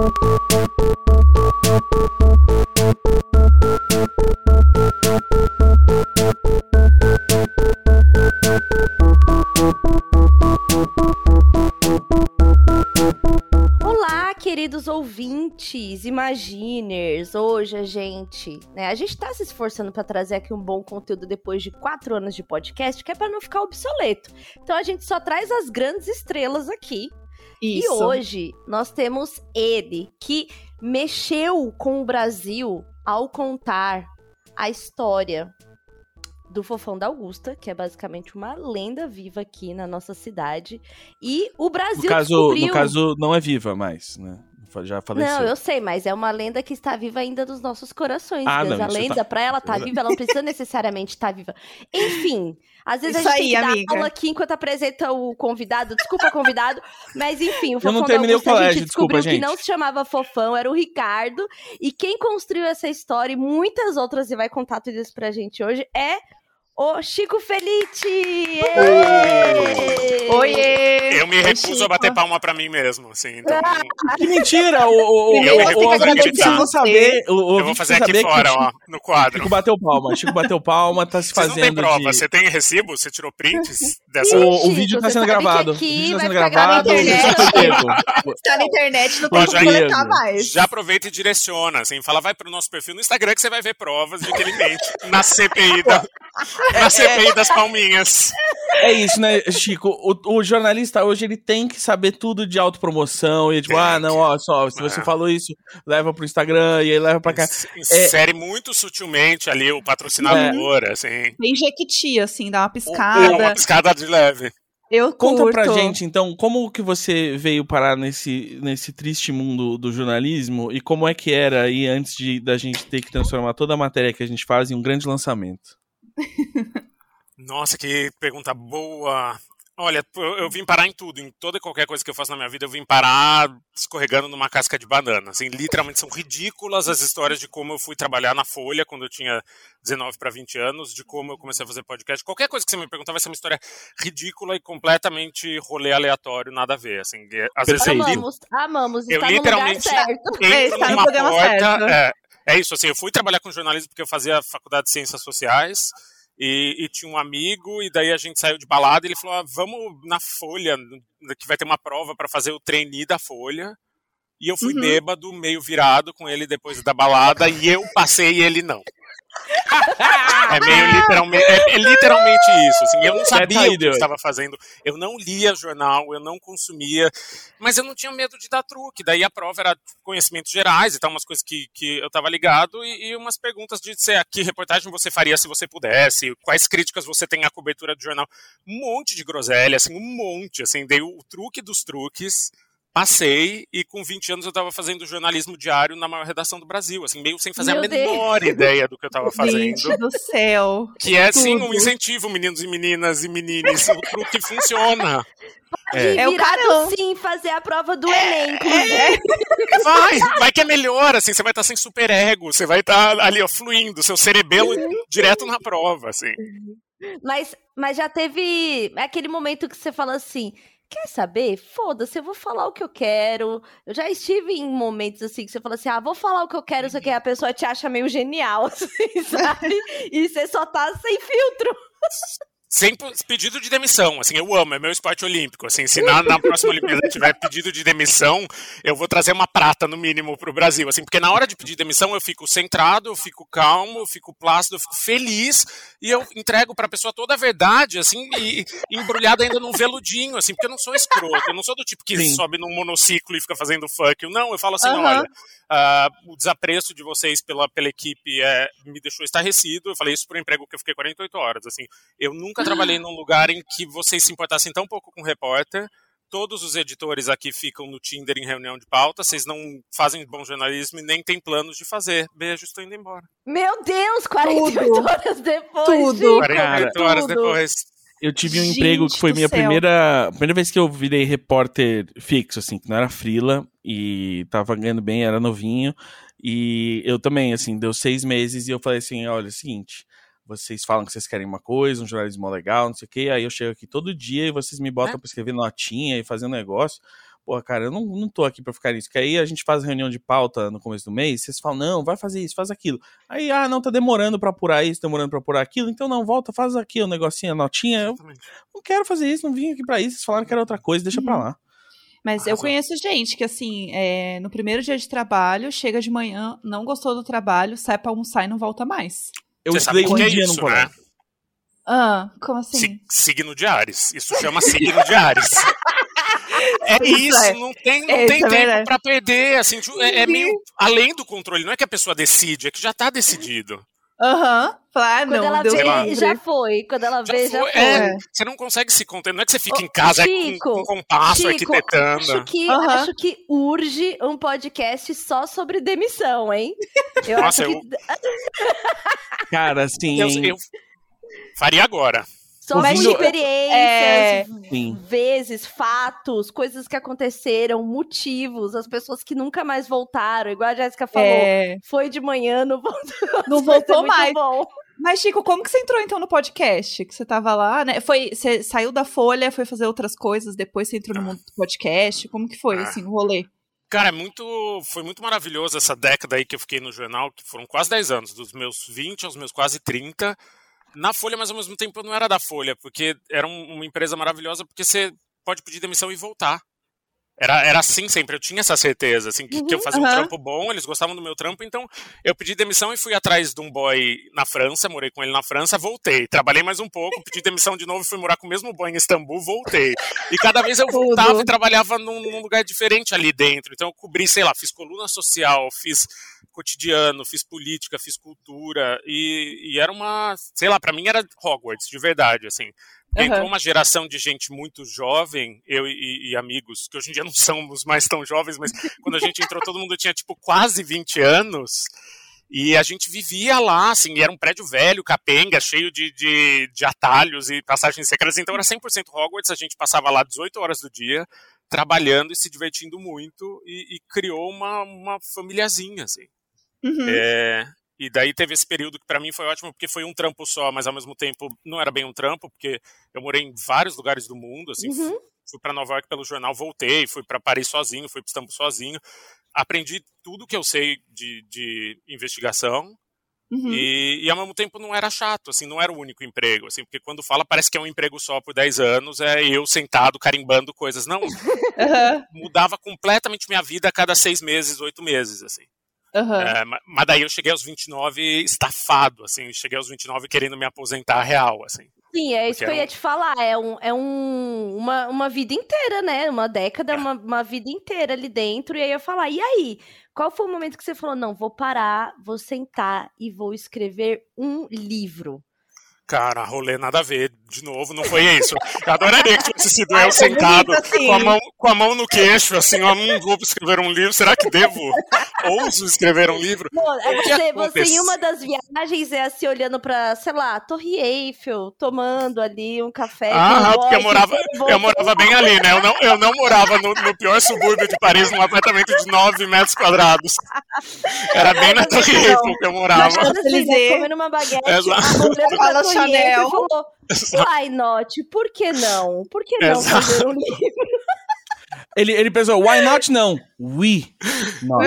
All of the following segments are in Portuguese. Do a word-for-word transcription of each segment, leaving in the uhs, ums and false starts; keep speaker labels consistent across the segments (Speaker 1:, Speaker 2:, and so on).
Speaker 1: Queridos ouvintes, imaginers, hoje a gente, né, a gente tá se esforçando para trazer aqui um bom conteúdo depois de quatro anos de podcast, que é para não ficar obsoleto. Então a gente só traz as grandes estrelas aqui. Isso. E hoje nós temos ele, que mexeu com o Brasil ao contar a história do Fofão da Augusta, que é basicamente uma lenda viva aqui na nossa cidade. E o Brasil
Speaker 2: no caso,
Speaker 1: descobriu...
Speaker 2: No caso, não é viva mais, né? Já faleceu.
Speaker 1: Não, eu sei, mas é uma lenda que está viva ainda nos nossos corações.
Speaker 2: Ah,
Speaker 1: Deus.
Speaker 2: não,
Speaker 1: A lenda,
Speaker 2: tá...
Speaker 1: pra ela estar tá viva, ela não precisa necessariamente estar tá viva. Enfim, às vezes
Speaker 3: Isso
Speaker 1: a gente
Speaker 3: aí,
Speaker 1: tem que
Speaker 3: amiga.
Speaker 1: dar aula aqui enquanto apresenta o convidado. Desculpa, convidado. Mas enfim, o
Speaker 2: eu não
Speaker 1: Fofão da
Speaker 2: terminei
Speaker 1: Augusta,
Speaker 2: o colégio,
Speaker 1: a gente descobriu
Speaker 2: desculpa,
Speaker 1: que
Speaker 2: gente.
Speaker 1: não se chamava Fofão, era o Ricardo. E quem construiu essa história e muitas outras, e vai contar tudo isso pra gente hoje, é... o Chico Felitti!
Speaker 3: Oiê!
Speaker 4: Eu me recuso
Speaker 3: Chico.
Speaker 4: a bater palma pra mim mesmo, assim, então...
Speaker 2: Que mentira! O, o,
Speaker 4: eu me
Speaker 2: o,
Speaker 4: recuso
Speaker 2: o
Speaker 4: a
Speaker 2: ouvinte
Speaker 4: acreditar.
Speaker 2: precisa saber... O, o
Speaker 4: eu vou fazer
Speaker 2: precisa
Speaker 4: aqui
Speaker 2: saber
Speaker 4: fora,
Speaker 2: que o
Speaker 4: ó, no quadro.
Speaker 2: Chico bateu palma, Chico bateu palma, tá se
Speaker 4: Vocês
Speaker 2: fazendo
Speaker 4: não tem prova,
Speaker 2: de...
Speaker 4: você tem recibo? Você tirou prints dessa...
Speaker 2: O, o
Speaker 1: Chico,
Speaker 2: vídeo tá
Speaker 1: você
Speaker 2: sendo
Speaker 1: sabe
Speaker 2: gravado.
Speaker 1: que
Speaker 2: O
Speaker 1: aqui
Speaker 2: vídeo tá
Speaker 1: vai
Speaker 2: sendo
Speaker 1: ficar
Speaker 2: gravado.
Speaker 3: gravado na
Speaker 2: Isso foi pego.
Speaker 3: Tá na internet, não
Speaker 4: Ó,
Speaker 3: tem
Speaker 4: já-
Speaker 3: como coletar mais.
Speaker 4: Já aproveita e direciona, assim, fala, vai pro nosso perfil no Instagram que você vai ver provas de que ele mente na C P I, da, na C P I das palminhas.
Speaker 2: É isso, né, Chico? O, o jornalista hoje, ele tem que saber tudo de autopromoção. E tipo,
Speaker 4: Tem
Speaker 2: ah, não, ó, só, se
Speaker 4: É.
Speaker 2: você falou isso, leva pro Instagram, e aí leva pra cá.
Speaker 4: Insere muito sutilmente ali o patrocinador, assim.
Speaker 3: Bem jequiti, assim, dá uma
Speaker 4: É
Speaker 3: piscada.
Speaker 4: uma piscada de leve.
Speaker 3: Eu
Speaker 2: Conta
Speaker 3: curto.
Speaker 2: pra gente, então, como que você veio parar nesse, nesse triste mundo do jornalismo e como é que era aí antes de, da gente ter que transformar toda a matéria que a gente faz em um grande lançamento?
Speaker 4: Nossa, que pergunta boa. Olha, eu, eu vim parar em tudo, em toda e qualquer coisa que eu faço na minha vida, eu vim parar escorregando numa casca de banana. Assim, literalmente são ridículas as histórias de como eu fui trabalhar na Folha quando eu tinha dezenove para vinte anos, de como eu comecei a fazer podcast. Qualquer coisa que você me perguntar vai ser uma história ridícula e completamente rolê aleatório, nada a ver. Assim, às vezes eu, li,
Speaker 1: Amamos, amamos,
Speaker 4: eu
Speaker 1: está no
Speaker 4: literalmente
Speaker 1: lugar certo.
Speaker 3: É,
Speaker 4: entro
Speaker 3: está no
Speaker 4: numa
Speaker 3: programa
Speaker 4: porta.
Speaker 3: certo.
Speaker 4: É, é isso, assim, eu fui trabalhar com jornalismo porque eu fazia faculdade de Ciências Sociais. E, e tinha um amigo, e daí a gente saiu de balada e ele falou, ah, vamos na Folha, que vai ter uma prova para fazer o trainee da Folha. E eu fui
Speaker 3: Uhum.
Speaker 4: bêbado, meio virado com ele depois da balada, e eu passei e ele não. É meio literalmente, é, é literalmente isso, assim, eu não sabia
Speaker 2: aí,
Speaker 4: o que eu
Speaker 2: Deus.
Speaker 4: estava fazendo, eu não lia jornal, eu não consumia, mas eu não tinha medo de dar truque, daí a prova era conhecimentos gerais e tal, umas coisas que, que eu estava ligado e, e umas perguntas de ser, que reportagem você faria se você pudesse, quais críticas você tem à cobertura do jornal, um monte de groselha, assim, um monte, assim, dei o truque dos truques. Passei e com vinte anos eu estava fazendo jornalismo diário na maior redação do Brasil, assim, meio sem fazer
Speaker 1: Meu
Speaker 4: a menor
Speaker 1: Deus.
Speaker 4: ideia do que eu estava fazendo.
Speaker 3: Gente do céu.
Speaker 4: Que é, sim,
Speaker 3: Tudo.
Speaker 4: um incentivo, meninos e meninas e menines, o truque funciona.
Speaker 2: É.
Speaker 3: É o
Speaker 1: Virado
Speaker 3: carão.
Speaker 1: sim fazer a prova do Enem, inclusive.
Speaker 4: Vai, vai que é melhor, assim, você vai estar sem superego, você vai estar ali, ó, fluindo, seu cerebelo direto na prova, assim.
Speaker 1: Mas, mas já teve aquele momento que você fala assim, quer saber? Foda-se, eu vou falar o que eu quero. Eu já estive em momentos assim que você fala assim, ah, vou falar o que eu quero, só que a pessoa te acha meio genial, assim, sabe? E você só tá sem filtro.
Speaker 4: Sem pedido de demissão, assim, eu amo, é meu esporte olímpico, assim, se na, na próxima Olimpíada tiver pedido de demissão, eu vou trazer uma prata, no mínimo, pro Brasil, assim, porque na hora de pedir demissão eu fico centrado, eu fico calmo, eu fico plácido, eu fico feliz, e eu entrego pra pessoa toda a verdade, assim, e, e embrulhada ainda num veludinho, assim, porque eu não sou escroto, eu não sou do tipo que
Speaker 2: Sim.
Speaker 4: sobe num monociclo e fica fazendo fuck you, não, eu falo assim,
Speaker 3: Aham.
Speaker 4: olha, uh, o desapreço de vocês pela, pela equipe é, me deixou estarrecido, eu falei isso por um emprego que eu fiquei quarenta e oito horas, assim, eu nunca trabalhei num lugar em que vocês se importassem tão pouco com o repórter. Todos os editores aqui ficam no Tinder em reunião de pauta. Vocês não fazem bom jornalismo e nem têm planos de fazer. Beijo, estou indo embora.
Speaker 1: Meu Deus, quarenta e oito
Speaker 3: Tudo.
Speaker 1: horas depois.
Speaker 3: Tudo.
Speaker 1: Chico,
Speaker 4: quarenta e oito horas
Speaker 1: tudo.
Speaker 4: depois.
Speaker 2: Eu tive um
Speaker 3: Gente
Speaker 2: emprego que foi
Speaker 3: do
Speaker 2: minha
Speaker 3: céu.
Speaker 2: primeira, primeira vez que eu virei repórter fixo, assim, que não era freela e tava ganhando bem, era novinho. E eu também, assim, deu seis meses e eu falei assim, olha, é o seguinte, vocês falam que vocês querem uma coisa, um jornalismo legal, não sei o quê, aí eu chego aqui todo dia e vocês me botam
Speaker 4: É.
Speaker 2: pra escrever notinha e fazer um negócio. pô, cara, eu não, não tô aqui pra ficar nisso. Que aí a gente faz reunião de pauta no começo do mês, vocês falam, não, vai fazer isso, faz aquilo. Aí, ah, não, tá demorando pra apurar isso, demorando pra apurar aquilo, então não, volta, faz aqui o um negocinho, a notinha. Eu não quero fazer isso, não vim aqui pra isso, vocês falaram que era outra coisa, deixa uhum. pra lá.
Speaker 3: Mas eu conheço gente que, assim, é, no primeiro dia de trabalho, chega de manhã, não gostou do trabalho, sai pra almoçar e não volta mais.
Speaker 2: Eu estudei um
Speaker 4: que é
Speaker 2: dia
Speaker 4: isso,
Speaker 2: no colégio.
Speaker 4: Né?
Speaker 3: Ah, como assim?
Speaker 4: Si- signo de Ares. Isso chama signo de Ares. É isso,
Speaker 3: é.
Speaker 4: não tem, não
Speaker 3: Isso
Speaker 4: tem
Speaker 3: é
Speaker 4: tempo
Speaker 3: verdade.
Speaker 4: pra perder. Assim, é, é meio além do controle. Não é que a pessoa decide, é que já tá decidido.
Speaker 3: Aham, uhum. Claro,
Speaker 1: Quando
Speaker 3: não,
Speaker 1: ela
Speaker 3: deu
Speaker 1: vê,
Speaker 3: livre.
Speaker 1: já foi. Quando ela
Speaker 4: Já
Speaker 1: vê, já
Speaker 4: foi.
Speaker 1: foi.
Speaker 4: É, você não consegue se conter. Não é que você fica
Speaker 1: Ô,
Speaker 4: em casa
Speaker 1: Chico,
Speaker 4: com, com compasso,
Speaker 1: Chico,
Speaker 4: arquitetando.
Speaker 1: Acho que,
Speaker 3: Uhum.
Speaker 1: acho que urge um podcast só sobre demissão, hein? Eu
Speaker 4: Nossa,
Speaker 1: acho
Speaker 4: eu-
Speaker 1: que
Speaker 2: Cara, assim,
Speaker 4: Eu, eu faria agora.
Speaker 1: sobre
Speaker 2: ouvindo-
Speaker 1: experiências,
Speaker 3: É.
Speaker 2: sim.
Speaker 1: vezes, fatos, coisas que aconteceram, motivos, as pessoas que nunca mais voltaram, igual a Jéssica falou.
Speaker 3: É,
Speaker 1: Foi de manhã, não voltou.
Speaker 3: não
Speaker 1: Vai ser
Speaker 3: voltou
Speaker 1: muito
Speaker 3: mais.
Speaker 1: bom.
Speaker 3: Mas, Chico, como que você entrou, então, no podcast? Que você tava lá, né? Foi, você saiu da Folha, foi fazer outras coisas, depois você entrou no mundo do podcast. Como que foi,
Speaker 4: Ah.
Speaker 3: assim, o rolê?
Speaker 4: Cara, é muito, foi muito maravilhoso essa década aí que eu fiquei no jornal, que foram quase dez anos, dos meus vinte aos meus quase trinta. Na Folha, mas ao mesmo tempo eu não era da Folha, porque era um- uma empresa maravilhosa, porque você pode pedir demissão e voltar. Era, era assim sempre, eu tinha essa certeza, assim, que, que eu fazia um
Speaker 3: Uhum.
Speaker 4: trampo bom, eles gostavam do meu trampo, então eu pedi demissão e fui atrás de um boy na França, morei com ele na França, voltei. Trabalhei mais um pouco, pedi demissão de novo, fui morar com o mesmo boy em Istambul, voltei. E cada vez eu
Speaker 3: Tudo.
Speaker 4: voltava e trabalhava num, num lugar diferente ali dentro. Então eu cobri, sei lá, fiz coluna social, fiz cotidiano, fiz política, fiz cultura, e, e era uma, sei lá, pra mim era Hogwarts, de verdade, assim.
Speaker 3: Uhum.
Speaker 4: Entrou uma geração de gente muito jovem, eu e, e amigos, que hoje em dia não somos mais tão jovens, mas quando a gente entrou, todo mundo tinha, tipo, quase vinte anos, e a gente vivia lá, assim, e era um prédio velho, capenga, cheio de, de, de atalhos e passagens secretas, então era cem por cento Hogwarts, a gente passava lá dezoito horas do dia, trabalhando e se divertindo muito, e, e criou uma, uma famíliazinha, assim.
Speaker 3: Uhum.
Speaker 4: É, e daí teve esse período que pra mim foi ótimo, porque foi um trampo só, mas ao mesmo tempo não era bem um trampo, porque eu morei em vários lugares do mundo, assim,
Speaker 1: Uhum.
Speaker 4: fui, fui para Nova York pelo jornal, voltei, fui pra Paris sozinho, fui para Istambul sozinho, aprendi tudo que eu sei de, de investigação,
Speaker 3: Uhum.
Speaker 4: e, e ao mesmo tempo não era chato, assim, não era o único emprego, assim, porque quando fala parece que é um emprego só por dez anos, é eu sentado carimbando coisas, não,
Speaker 3: Uhum.
Speaker 4: mudava completamente minha vida a cada seis meses, oito meses, assim.
Speaker 3: Uhum.
Speaker 4: É, ma- mas daí eu cheguei aos vinte e nove estafado, assim, cheguei aos vinte e nove querendo me aposentar real, assim.
Speaker 1: Sim, é isso
Speaker 4: Porque
Speaker 1: que eu
Speaker 4: era
Speaker 1: ia
Speaker 4: um-
Speaker 1: te falar. É, um, é um, uma, uma vida inteira, né? Uma década,
Speaker 4: É.
Speaker 1: uma, uma vida inteira ali dentro. E aí eu ia falar, e aí? Qual foi o momento que você falou, não, vou parar, vou sentar e vou escrever um livro?
Speaker 4: Cara, rolê nada a ver, de novo, não foi isso. Eu adoraria que tivesse sido
Speaker 3: Ai,
Speaker 4: eu
Speaker 3: foi
Speaker 4: sentado
Speaker 3: bonito, assim.
Speaker 4: com, a mão, com a mão no queixo, assim, ó, hum, vou escrever um livro, será que devo? Ouso escrever um livro?
Speaker 1: Não, é
Speaker 4: O que
Speaker 1: você, você
Speaker 4: acontece-
Speaker 1: em uma das viagens é assim, olhando pra, sei lá, Torre Eiffel, tomando ali um café. com
Speaker 4: Ah,
Speaker 1: um
Speaker 4: porque eu
Speaker 1: boy,
Speaker 4: morava,
Speaker 1: vou-
Speaker 4: eu morava bem ali, né? Eu não, eu não morava no, no pior subúrbio de Paris, num apartamento de nove metros quadrados. Era bem na Torre Eiffel que eu morava.
Speaker 1: Mas assim, né,
Speaker 3: Champs-Élysées.
Speaker 1: comendo uma baguete,
Speaker 4: Exato.
Speaker 1: olhando pra
Speaker 3: Fala
Speaker 1: Torre
Speaker 3: Chanel.
Speaker 1: Eiffel e falou, why not? Por que não? Por que não
Speaker 4: Exato.
Speaker 1: fazer um livro?
Speaker 2: Ele, ele pensou, why not não? We not.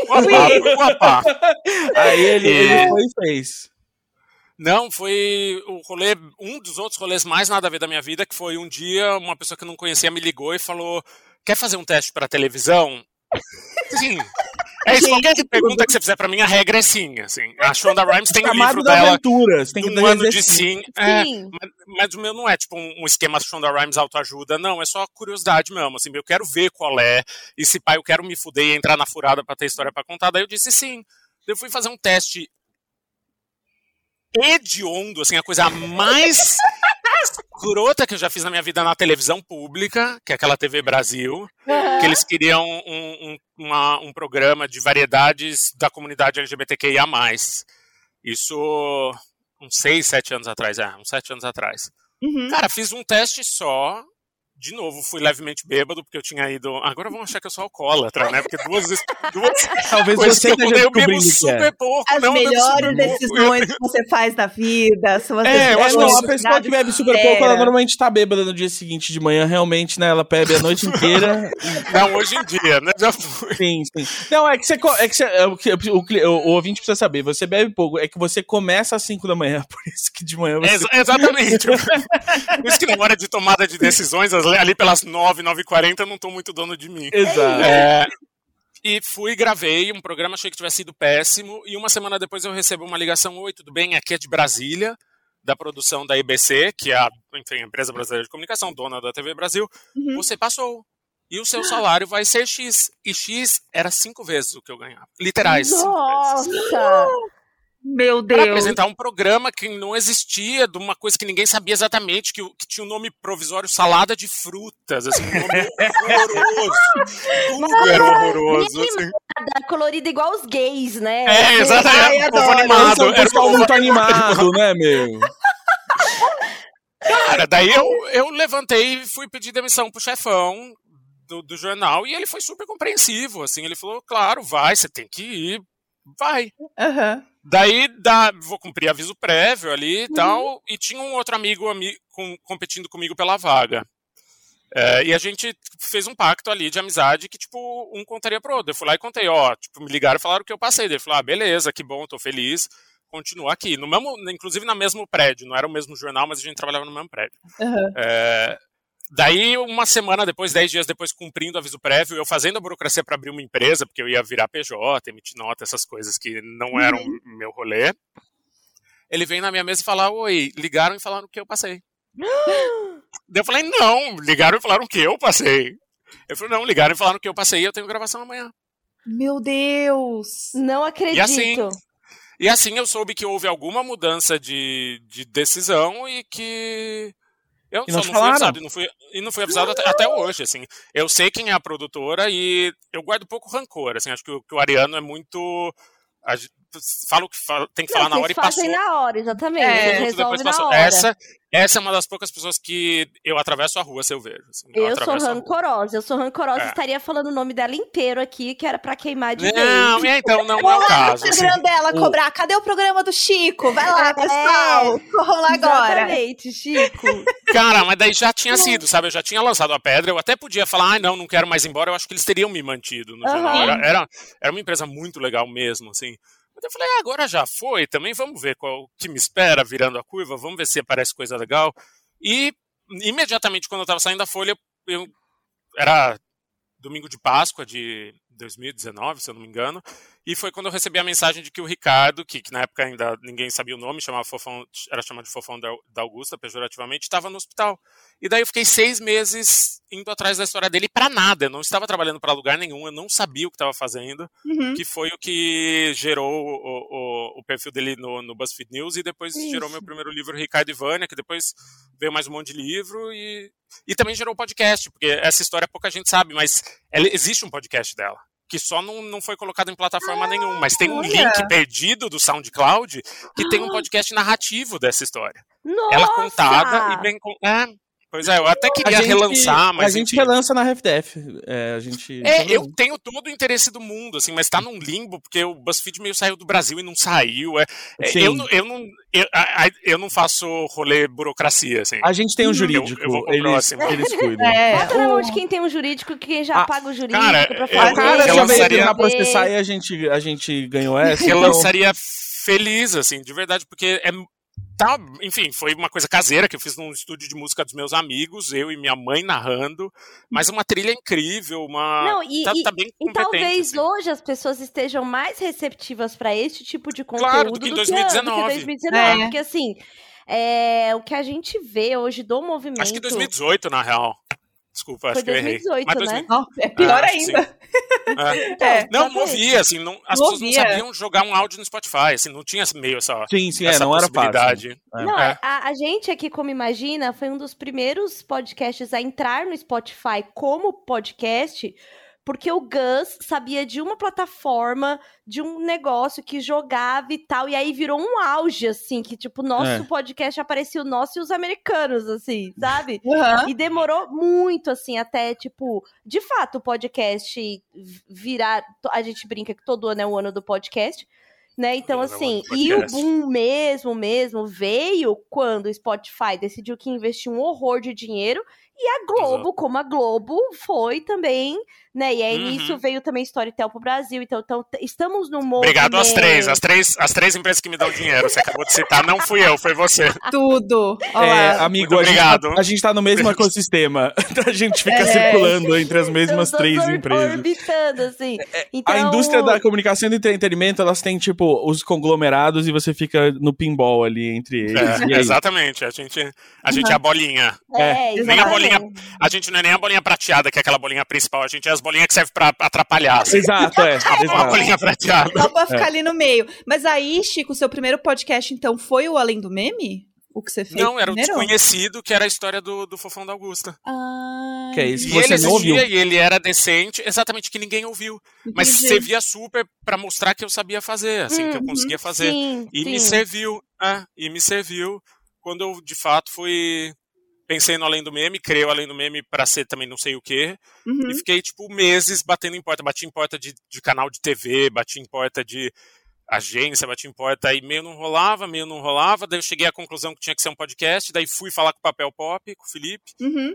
Speaker 4: Uapá, uapá.
Speaker 2: Aí ele,
Speaker 4: É.
Speaker 2: ele foi e fez.
Speaker 4: Não, foi o rolê, um dos outros rolês mais nada a ver da minha vida, que foi um dia uma pessoa que eu não conhecia me ligou e falou, quer fazer um teste para televisão? Sim. É isso, qualquer pergunta que você fizer pra mim, a regra é sim, assim. A Shonda Rhimes tem o
Speaker 2: Chamado
Speaker 4: livro
Speaker 2: das
Speaker 4: dela
Speaker 2: aventuras. Tem
Speaker 4: de
Speaker 2: que
Speaker 4: um ano
Speaker 2: dizer
Speaker 4: de
Speaker 2: sim.
Speaker 4: sim. É,
Speaker 1: Sim.
Speaker 4: mas, mas o meu não é tipo um, um esquema Shonda Rhimes autoajuda, não, é só curiosidade mesmo, assim, eu quero ver qual é, e se pá, eu quero me fuder e entrar na furada pra ter história pra contar, daí eu disse sim. Eu fui fazer um teste hediondo, assim, a coisa mais escrota que eu já fiz na minha vida na televisão pública, que é aquela T V Brasil, que eles queriam um, um, uma, um programa de variedades da comunidade L G B T Q I A mais. Isso uns seis, sete anos atrás, é, uns sete anos atrás.
Speaker 3: Uhum.
Speaker 4: Cara, fiz um teste só, de novo, fui levemente bêbado, porque eu tinha ido... Agora vão achar que eu sou alcoólatra, né? Porque duas... duas
Speaker 2: Talvez você esteja
Speaker 4: eu bebo
Speaker 2: descobrindo que
Speaker 4: super
Speaker 2: é.
Speaker 4: pouco.
Speaker 3: As
Speaker 4: não, eu bebo super
Speaker 3: melhores
Speaker 4: pouco.
Speaker 3: decisões que você faz na vida. Se você
Speaker 4: É, eu
Speaker 2: É,
Speaker 4: acho
Speaker 2: não,
Speaker 4: que
Speaker 2: a pessoa que bebe super pouco, ela normalmente tá bêbada no dia seguinte de manhã, realmente, né? Ela bebe a noite inteira.
Speaker 4: Não, hoje em dia, né? Já fui.
Speaker 2: Sim, sim. Não, é que você. co- É que você é, o, que- o, cli- o, o ouvinte precisa saber, você bebe pouco, é que você começa às cinco da manhã, por isso que de manhã você.
Speaker 4: Ex- exatamente. Por isso que na hora de tomada de decisões, as- ali pelas nove, nove e quarenta, eu não tô muito dono de mim.
Speaker 2: Exato.
Speaker 4: É, e fui, gravei um programa, achei que tivesse sido péssimo, e uma semana depois eu recebo uma ligação: oi, tudo bem? Aqui é de Brasília, da produção da I B C, que é a, enfim, a empresa brasileira de comunicação, dona da T V Brasil.
Speaker 3: Uhum.
Speaker 4: Você passou. E o seu salário vai ser X. E X era cinco vezes o que eu ganhava. Literais. cinco vezes.
Speaker 1: Nossa!
Speaker 3: Meu
Speaker 4: Para
Speaker 3: Deus.
Speaker 4: apresentar um programa que não existia, de uma coisa que ninguém sabia exatamente, que, que tinha o um nome provisório salada de frutas, assim, um nome horroroso. Tudo era horroroso. Assim.
Speaker 1: Colorida igual os gays, né?
Speaker 4: É, exatamente.
Speaker 3: Ai,
Speaker 4: Era um povo
Speaker 3: adoro.
Speaker 2: Eles
Speaker 4: animado.
Speaker 2: são um
Speaker 4: Era um
Speaker 2: pessoal
Speaker 4: povo
Speaker 2: muito animado, né, meu?
Speaker 4: Cara, daí eu, eu levantei e fui pedir demissão pro chefão do, do jornal, e ele foi super compreensivo, assim, ele falou: claro, vai, você tem que ir, vai.
Speaker 3: Aham.
Speaker 4: Daí dá, vou cumprir aviso prévio ali e tal, e tinha um outro amigo ami, com, competindo comigo pela vaga. É, e a gente fez um pacto ali de amizade que, tipo, um contaria pro outro. Eu fui lá e contei, ó, tipo, me ligaram e falaram que eu passei. Daí ele falou: ah, beleza, que bom, tô feliz, continua aqui. No mesmo, inclusive no mesmo prédio, não era o mesmo jornal, mas a gente trabalhava no mesmo prédio.
Speaker 3: Aham.
Speaker 4: É, daí, uma semana depois, dez dias depois, cumprindo o aviso prévio, eu fazendo a burocracia para abrir uma empresa, porque eu ia virar P J, emitir nota, essas coisas que não eram
Speaker 3: Uhum.
Speaker 4: meu rolê. Ele veio na minha mesa e falou: oi, ligaram e falaram que eu passei. Daí eu falei: não, ligaram e falaram que eu passei. Ele falou: não, ligaram e falaram que eu passei e eu tenho gravação amanhã.
Speaker 3: Meu Deus.
Speaker 1: Não acredito.
Speaker 4: E assim, E assim eu soube que houve alguma mudança de, de decisão e que... Eu
Speaker 2: E
Speaker 4: só
Speaker 2: não
Speaker 4: não
Speaker 2: te
Speaker 4: fui
Speaker 2: falaram?
Speaker 4: avisado, e não fui, e não fui avisado até, até hoje, assim. Eu sei quem é a produtora e eu guardo pouco rancor, assim. Acho que o, que o Ariano é muito... A, gente fala o que fala, tem que
Speaker 1: Não,
Speaker 4: falar na hora e passou.
Speaker 1: fazem na hora, exatamente.
Speaker 3: É,
Speaker 1: Vocês
Speaker 4: Depois
Speaker 1: resolvem na
Speaker 4: passou.
Speaker 1: hora.
Speaker 4: Essa, essa é uma das poucas pessoas que eu atravesso a rua se eu vejo. Assim, eu
Speaker 1: Eu sou
Speaker 4: atravesso a rua.
Speaker 1: rancorosa, eu sou rancorosa,
Speaker 4: É.
Speaker 1: estaria falando o nome dela inteiro aqui, que era pra queimar de
Speaker 4: Não,
Speaker 1: vez.
Speaker 4: é, então, não é
Speaker 3: Vamos
Speaker 4: o
Speaker 3: lá
Speaker 4: caso.
Speaker 3: no
Speaker 4: assim.
Speaker 3: Instagram dela
Speaker 2: o-
Speaker 3: cobrar. Cadê o programa do Chico? Vai lá,
Speaker 1: É.
Speaker 3: pessoal. Corram lá agora.
Speaker 1: Exatamente, Chico.
Speaker 4: Cara, mas daí já tinha sido, sabe? Eu já tinha lançado a pedra, eu até podia falar: ah, não, não quero mais ir embora. Eu acho que eles teriam me mantido no jornal.
Speaker 1: Aham.
Speaker 4: Era, era, era uma empresa muito legal mesmo, assim. Mas eu falei: ah, agora já foi, também vamos ver qual o que me espera virando a curva, vamos ver se aparece coisa legal. E imediatamente quando eu tava saindo da Folha, eu era domingo de Páscoa de dois mil e dezenove, se eu não me engano, e foi quando eu recebi a mensagem de que o Ricardo, que, que na época ainda ninguém sabia o nome, chamava Fofão, era chamado de Fofão da, da Augusta, pejorativamente, estava no hospital. E daí eu fiquei seis meses indo atrás da história dele pra nada, eu não estava trabalhando para lugar nenhum, eu não sabia o que estava fazendo,
Speaker 3: Uhum.
Speaker 4: que foi o que gerou o, o, o perfil dele no, no BuzzFeed News, e depois
Speaker 1: Isso.
Speaker 4: gerou meu primeiro livro, Ricardo e Vânia, que depois veio mais um monte de livro, e, e também gerou o podcast, porque essa história pouca gente sabe, mas ela, existe um podcast dela, que só não, não foi colocado em plataforma nenhuma, mas tem um
Speaker 3: olha.
Speaker 4: link perdido do SoundCloud que tem um podcast narrativo dessa história.
Speaker 1: Nossa!
Speaker 4: Ela contada e bem... con- É, pois é, eu até queria relançar, mas
Speaker 2: A gente
Speaker 4: enfim.
Speaker 2: relança na F D F. É, a gente...
Speaker 4: É, eu tenho todo o interesse do mundo, assim, mas tá num limbo, porque o BuzzFeed meio saiu do Brasil e não saiu. É, é,
Speaker 2: Sim.
Speaker 4: eu, não- eu, não, eu, a- a- eu não faço rolê burocracia, assim.
Speaker 2: A gente tem um jurídico,
Speaker 4: Eu- eu vou pro
Speaker 2: eles,
Speaker 4: próximo.
Speaker 2: eles cuidam.
Speaker 3: É,
Speaker 1: Bota na mão
Speaker 3: o-
Speaker 1: de quem tem um jurídico, que quem já
Speaker 2: Ah,
Speaker 1: paga o jurídico
Speaker 4: cara,
Speaker 1: pra
Speaker 4: eu-
Speaker 1: fazer.
Speaker 2: O cara
Speaker 4: eu
Speaker 2: já veio
Speaker 4: lançaria-
Speaker 2: tentar processar e a gente, a gente ganhou essa.
Speaker 4: Eu
Speaker 2: então-
Speaker 4: lançaria feliz, assim, de verdade, porque é. Tá, enfim, foi uma coisa caseira que eu fiz num estúdio de música dos meus amigos, eu e minha mãe narrando, mas uma trilha incrível, uma.
Speaker 1: Não, e,
Speaker 4: tá,
Speaker 1: e-
Speaker 4: tá bem
Speaker 1: e
Speaker 4: competente.
Speaker 1: talvez
Speaker 4: assim.
Speaker 1: hoje as pessoas estejam mais receptivas pra esse tipo de conteúdo
Speaker 4: Claro, do que em
Speaker 1: do
Speaker 4: dois mil e dezenove.
Speaker 1: Que, do que dois mil e dezenove.
Speaker 3: É.
Speaker 1: Porque assim, é, o que a gente vê hoje do movimento...
Speaker 4: Acho que dois mil e dezoito, na real. Desculpa, acho
Speaker 1: Foi
Speaker 4: que eu errei.
Speaker 1: dois mil e dezoito,
Speaker 4: Mas
Speaker 1: né?
Speaker 4: dois mil
Speaker 3: Não, é pior
Speaker 4: Ah, acho que
Speaker 3: ainda.
Speaker 4: É.
Speaker 3: É.
Speaker 4: Não,
Speaker 1: Talvez.
Speaker 4: não ouvia, assim, não, as
Speaker 3: Não
Speaker 4: pessoas não
Speaker 3: ouvia.
Speaker 4: sabiam jogar um áudio no Spotify, assim, não tinha meio essa,
Speaker 2: Sim, sim, é,
Speaker 4: essa
Speaker 2: não era fácil.
Speaker 4: possibilidade.
Speaker 2: É.
Speaker 1: Não,
Speaker 4: É.
Speaker 1: a, a gente aqui, como Imagina, foi um dos primeiros podcasts a entrar no Spotify como podcast, porque o Gus sabia de uma plataforma, de um negócio que jogava e tal, e aí virou um auge, assim, que tipo, nosso
Speaker 2: É.
Speaker 1: podcast aparecia o nosso e os americanos, assim, sabe?
Speaker 3: Uhum.
Speaker 1: E demorou muito, assim, até, tipo, de fato, o podcast virar, a gente brinca que todo ano é o ano do podcast, né? Então,
Speaker 4: Todo ano é o ano
Speaker 1: assim,
Speaker 4: do
Speaker 1: e o
Speaker 4: podcast.
Speaker 1: boom mesmo, mesmo, veio quando o Spotify decidiu que investiu um horror de dinheiro. E a Globo,
Speaker 4: Exato.
Speaker 1: como a Globo, foi também, né? E aí
Speaker 4: Uhum.
Speaker 1: nisso veio também Storytel pro Brasil. Então, então t- estamos no movimento...
Speaker 4: Obrigado às três, as três, as três empresas que me dão dinheiro. Você acabou de citar, não fui eu, foi você.
Speaker 3: Tudo. Olha
Speaker 2: É,
Speaker 3: lá.
Speaker 2: amigo,
Speaker 4: Muito
Speaker 2: a gente, tá,
Speaker 4: obrigado.
Speaker 2: a gente tá no mesmo ecossistema. A gente fica
Speaker 3: É.
Speaker 2: circulando entre as mesmas
Speaker 1: Estamos
Speaker 2: três
Speaker 1: or-
Speaker 2: empresas.
Speaker 1: orbitando, assim. Então,
Speaker 2: A indústria da comunicação e do entretenimento, elas têm, tipo, os conglomerados e você fica no pinball ali entre eles.
Speaker 4: É,
Speaker 2: E aí?
Speaker 4: exatamente, a gente, a gente é a bolinha.
Speaker 1: É,
Speaker 2: É.
Speaker 4: Nem a bolinha,
Speaker 1: exatamente.
Speaker 4: a gente não é nem a bolinha prateada, que é aquela bolinha principal, a gente é as bolinhas que servem pra atrapalhar. Assim.
Speaker 2: Exato, é.
Speaker 4: Uma
Speaker 2: Exato.
Speaker 4: bolinha prateada.
Speaker 3: Só pra ficar ali no meio. Mas aí, Chico, o seu primeiro podcast, então, foi o Além do Meme? O que você fez
Speaker 4: Não, era o
Speaker 3: primeiro?
Speaker 4: desconhecido, que era a história do, do Fofão da Augusta.
Speaker 3: Ah,
Speaker 2: Que é isso.
Speaker 4: E
Speaker 2: Você
Speaker 4: ele
Speaker 2: não ouviu?
Speaker 4: existia e ele era decente, exatamente, que ninguém ouviu. Mas
Speaker 3: entendi.
Speaker 4: servia super pra mostrar que eu sabia fazer, assim, que eu
Speaker 1: Uhum,
Speaker 4: conseguia fazer.
Speaker 1: Sim,
Speaker 4: E
Speaker 1: sim.
Speaker 4: me serviu, é, e me serviu quando eu, de fato, fui... Pensei no Além do Meme, criei o Além do Meme pra ser também não sei o quê.
Speaker 3: Uhum.
Speaker 4: E fiquei, tipo, meses batendo em porta. Bati em porta de, de canal de T V, bati em porta de agência, bati em porta. Aí meio não rolava, meio não rolava. Daí eu cheguei à conclusão que tinha que ser um podcast. Daí fui falar com o Papel Pop, com o Felipe.
Speaker 3: Uhum.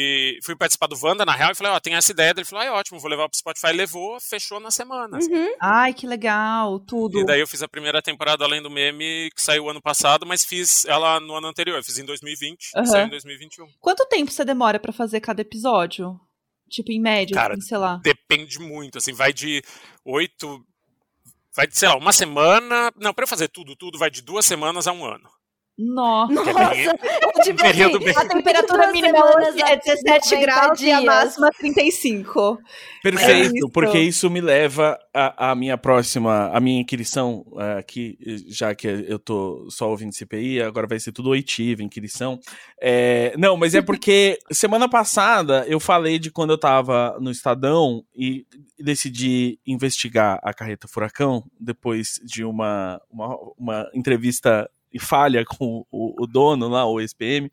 Speaker 4: E fui participar do Wanda, na real, e falei, ó, tem essa ideia. Ele falou, ah, é ótimo, vou levar pro Spotify. Levou, fechou na semana. assim.
Speaker 1: Uhum.
Speaker 3: Ai, que legal, tudo.
Speaker 4: E daí eu fiz a primeira temporada Além do Meme, que saiu ano passado, mas fiz ela no ano anterior. Eu fiz em dois mil e vinte,
Speaker 3: Aham.
Speaker 4: e saiu em dois mil e vinte e um.
Speaker 3: Quanto tempo você demora pra fazer cada episódio? Tipo, em média,
Speaker 4: Cara,
Speaker 3: assim, sei lá.
Speaker 4: Depende muito, assim, vai de oito... Vai de, sei lá, uma semana... Não, pra eu fazer tudo, tudo vai de duas semanas a um ano.
Speaker 3: Nossa.
Speaker 1: Nossa,
Speaker 4: bem-
Speaker 1: é tipo
Speaker 4: um período
Speaker 1: assim,
Speaker 4: bem-
Speaker 3: A temperatura
Speaker 1: duas
Speaker 3: mínima
Speaker 1: semanas
Speaker 3: hoje
Speaker 1: a
Speaker 3: é dezessete
Speaker 1: noventa
Speaker 3: graus e a
Speaker 1: dias.
Speaker 3: máxima trinta e cinco.
Speaker 2: Perfeito,
Speaker 3: É isso.
Speaker 2: porque isso me leva à à minha próxima, a minha inquirição, uh, aqui, já que eu tô só ouvindo C P I, agora vai ser tudo oitiva, inquirição. É, não, mas é porque semana passada eu falei de quando eu tava no Estadão e decidi investigar a Carreta Furacão, depois de uma, uma, uma entrevista e falha com o, o dono lá, o S P M.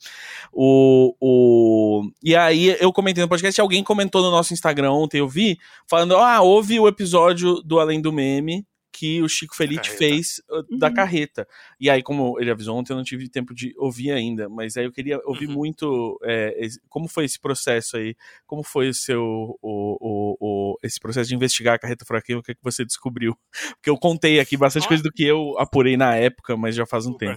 Speaker 2: O, o... E aí eu comentei no podcast, alguém comentou no nosso Instagram ontem, eu vi, falando, ah, houve o episódio do Além do Meme que o Chico Felitti
Speaker 4: Carreta.
Speaker 2: fez uh, da carreta. E aí, como ele avisou ontem, eu não tive tempo de ouvir ainda, mas aí eu queria ouvir
Speaker 4: Uhum.
Speaker 2: muito é, esse- como foi esse processo aí, como foi o seu, o, o, o- esse processo de investigar a Carreta Furacão, o que é que você descobriu? Porque eu contei aqui bastante
Speaker 4: Ah.
Speaker 2: coisa do que eu apurei na época, mas já faz um
Speaker 4: Super.
Speaker 2: tempo.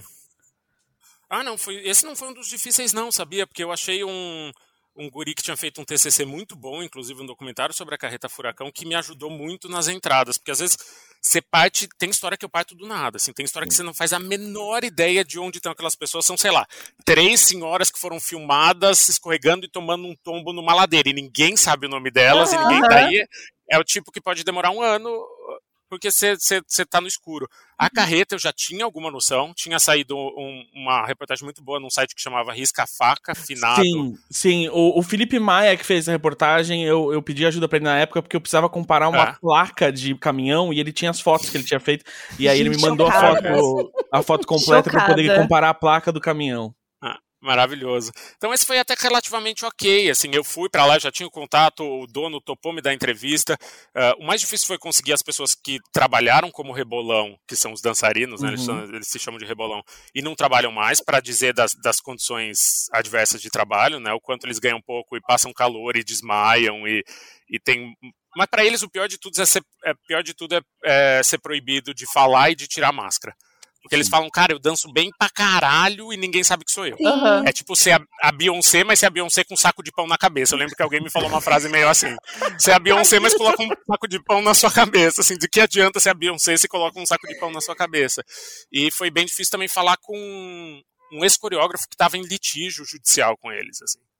Speaker 4: Ah, não, foi, esse não foi um dos difíceis não, sabia? Porque eu achei um, um guri que tinha feito um T C C muito bom, inclusive um documentário sobre a Carreta Furacão, que me ajudou muito nas entradas, porque às vezes você parte, tem história que eu parto do nada, assim, tem história que você não faz a menor ideia de onde estão aquelas pessoas, são, sei lá, três senhoras que foram filmadas escorregando e tomando um tombo numa ladeira, e ninguém sabe o nome delas, e
Speaker 1: Aham.
Speaker 4: ninguém tá aí, é o tipo que pode demorar um ano, porque você tá no escuro. A Carreta eu já tinha alguma noção, tinha saído um- uma reportagem muito boa num site que chamava Risca a Faca, finado.
Speaker 2: Sim, sim. O, o Felipe Maia que fez a reportagem, eu, eu pedi ajuda pra ele na época porque eu precisava comparar uma
Speaker 4: É.
Speaker 2: placa de caminhão e ele tinha as fotos que ele tinha feito. E aí ele me
Speaker 3: Gente,
Speaker 2: mandou a
Speaker 3: chocada.
Speaker 2: foto, a foto completa pra poder
Speaker 3: Chocada.
Speaker 2: comparar a placa do caminhão.
Speaker 4: Ah, maravilhoso. Então esse foi até relativamente ok, assim, eu fui pra lá, já tinha o contato, o dono topou me dar entrevista. Ah, o mais difícil foi conseguir as pessoas que trabalharam como rebolão, que são os dançarinos, né, eles,
Speaker 2: Uhum.
Speaker 4: são- eles se chamam de rebolão, e não trabalham mais, pra dizer das, das condições adversas de trabalho, né, o quanto eles ganham pouco e passam calor e desmaiam e, e tem... Mas pra eles o pior de tudo é ser, é, pior de tudo é, é ser proibido de falar e de tirar máscara. Porque eles falam, cara, eu danço bem pra caralho e ninguém sabe que sou eu.
Speaker 1: Sim.
Speaker 3: Aham.
Speaker 4: É tipo ser a, a Beyoncé, mas ser a Beyoncé com um saco de pão na cabeça. Eu lembro que alguém me falou uma frase meio assim. Ser a Beyoncé, mas coloca um saco de pão na sua cabeça. Assim, de que adianta ser a Beyoncé se coloca um saco de pão na sua cabeça? E foi bem difícil também falar com um ex-coreógrafo que estava em litígio judicial com eles, assim.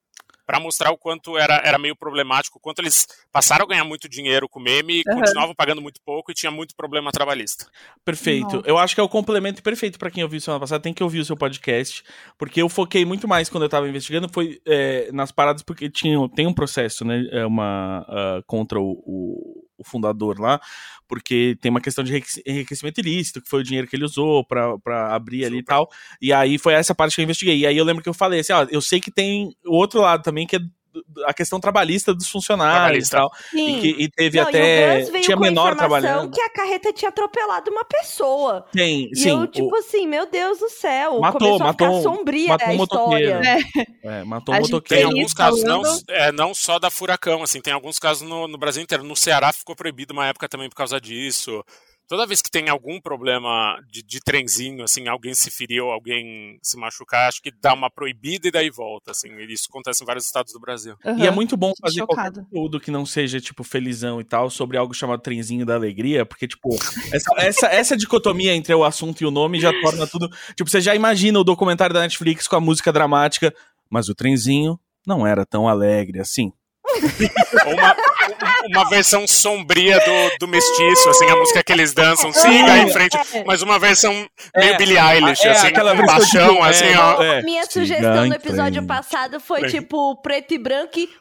Speaker 4: para mostrar o quanto era, era meio problemático, o quanto eles passaram a ganhar muito dinheiro com meme e uhum. continuavam pagando muito pouco e tinha muito problema trabalhista.
Speaker 2: Perfeito. Não. Eu acho que é o complemento perfeito para quem ouviu semana passada, tem que ouvir o seu podcast, porque eu foquei muito mais quando eu tava investigando, foi é, nas paradas, porque tinha, tem um processo, né, uma, uh, contra o, o, o fundador lá, porque tem uma questão de enriquecimento ilícito, que foi o dinheiro que ele usou pra, pra abrir Super. ali e tal, e aí foi essa parte que eu investiguei, e aí eu lembro que eu falei assim, ó, eu sei que tem o outro lado também, que é a questão trabalhista dos funcionários trabalhista. e tal, e, que, e teve Não, até, e tinha menor trabalhando.
Speaker 1: Que a carreta tinha atropelado uma pessoa.
Speaker 2: Tem,
Speaker 1: e
Speaker 2: sim.
Speaker 1: eu, tipo o... assim, meu Deus do céu,
Speaker 2: matou,
Speaker 1: começou
Speaker 2: matou,
Speaker 1: a ficar sombria
Speaker 2: matou
Speaker 1: a
Speaker 2: um
Speaker 1: história.
Speaker 2: É. É, matou um
Speaker 4: a
Speaker 2: motoqueiro.
Speaker 4: Tem alguns casos, não, é, não só da Furacão, assim, tem alguns casos no, no Brasil inteiro. No Ceará ficou proibido uma época também por causa disso. Toda vez que tem algum problema de, de trenzinho, assim, alguém se feriu, alguém se machucar, acho que dá uma proibida e daí volta, assim. Isso acontece em vários estados do Brasil.
Speaker 2: Uhum. E é muito bom fazer Chocado. qualquer conteúdo que não seja, tipo, felizão e tal, sobre algo chamado trenzinho da alegria, porque, tipo, essa, essa, essa dicotomia entre o assunto e o nome já torna tudo... Tipo, você já imagina o documentário da Netflix com a música dramática, mas o trenzinho não era tão alegre assim.
Speaker 4: Ou uma, uma versão sombria do, do Mestiço, assim, a música que eles dançam, siga aí em frente, mas uma versão meio é, Billie Eilish, é, assim, aquela baixão, de, assim, é, ó.
Speaker 1: É. Minha sugestão no episódio passado foi, é. tipo, preto e branco e...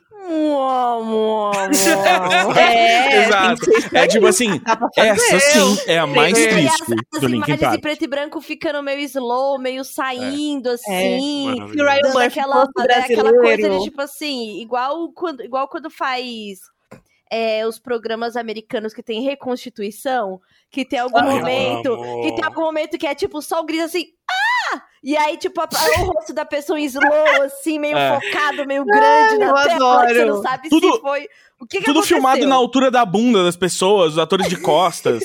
Speaker 2: é, Exato. É tipo assim, essa sim é a mais é. triste
Speaker 1: as,
Speaker 2: do Linkin Park.
Speaker 1: E preto e branco ficando meio slow, meio saindo, é. assim.
Speaker 3: É. Dando
Speaker 1: aquela, aquela coisa de tipo assim, igual quando, igual quando faz é, os programas americanos que tem reconstituição, que tem algum Ai, momento, amor. que tem algum momento que é tipo só o grito assim, ah! E aí, tipo, a, o rosto da pessoa em slow, assim, meio é. focado, meio grande na
Speaker 3: eu
Speaker 1: tela,
Speaker 3: adoro.
Speaker 1: que você não sabe
Speaker 2: tudo,
Speaker 1: se foi... O que que
Speaker 2: tudo
Speaker 1: aconteceu?
Speaker 2: filmado na altura da bunda das pessoas, os atores de costas.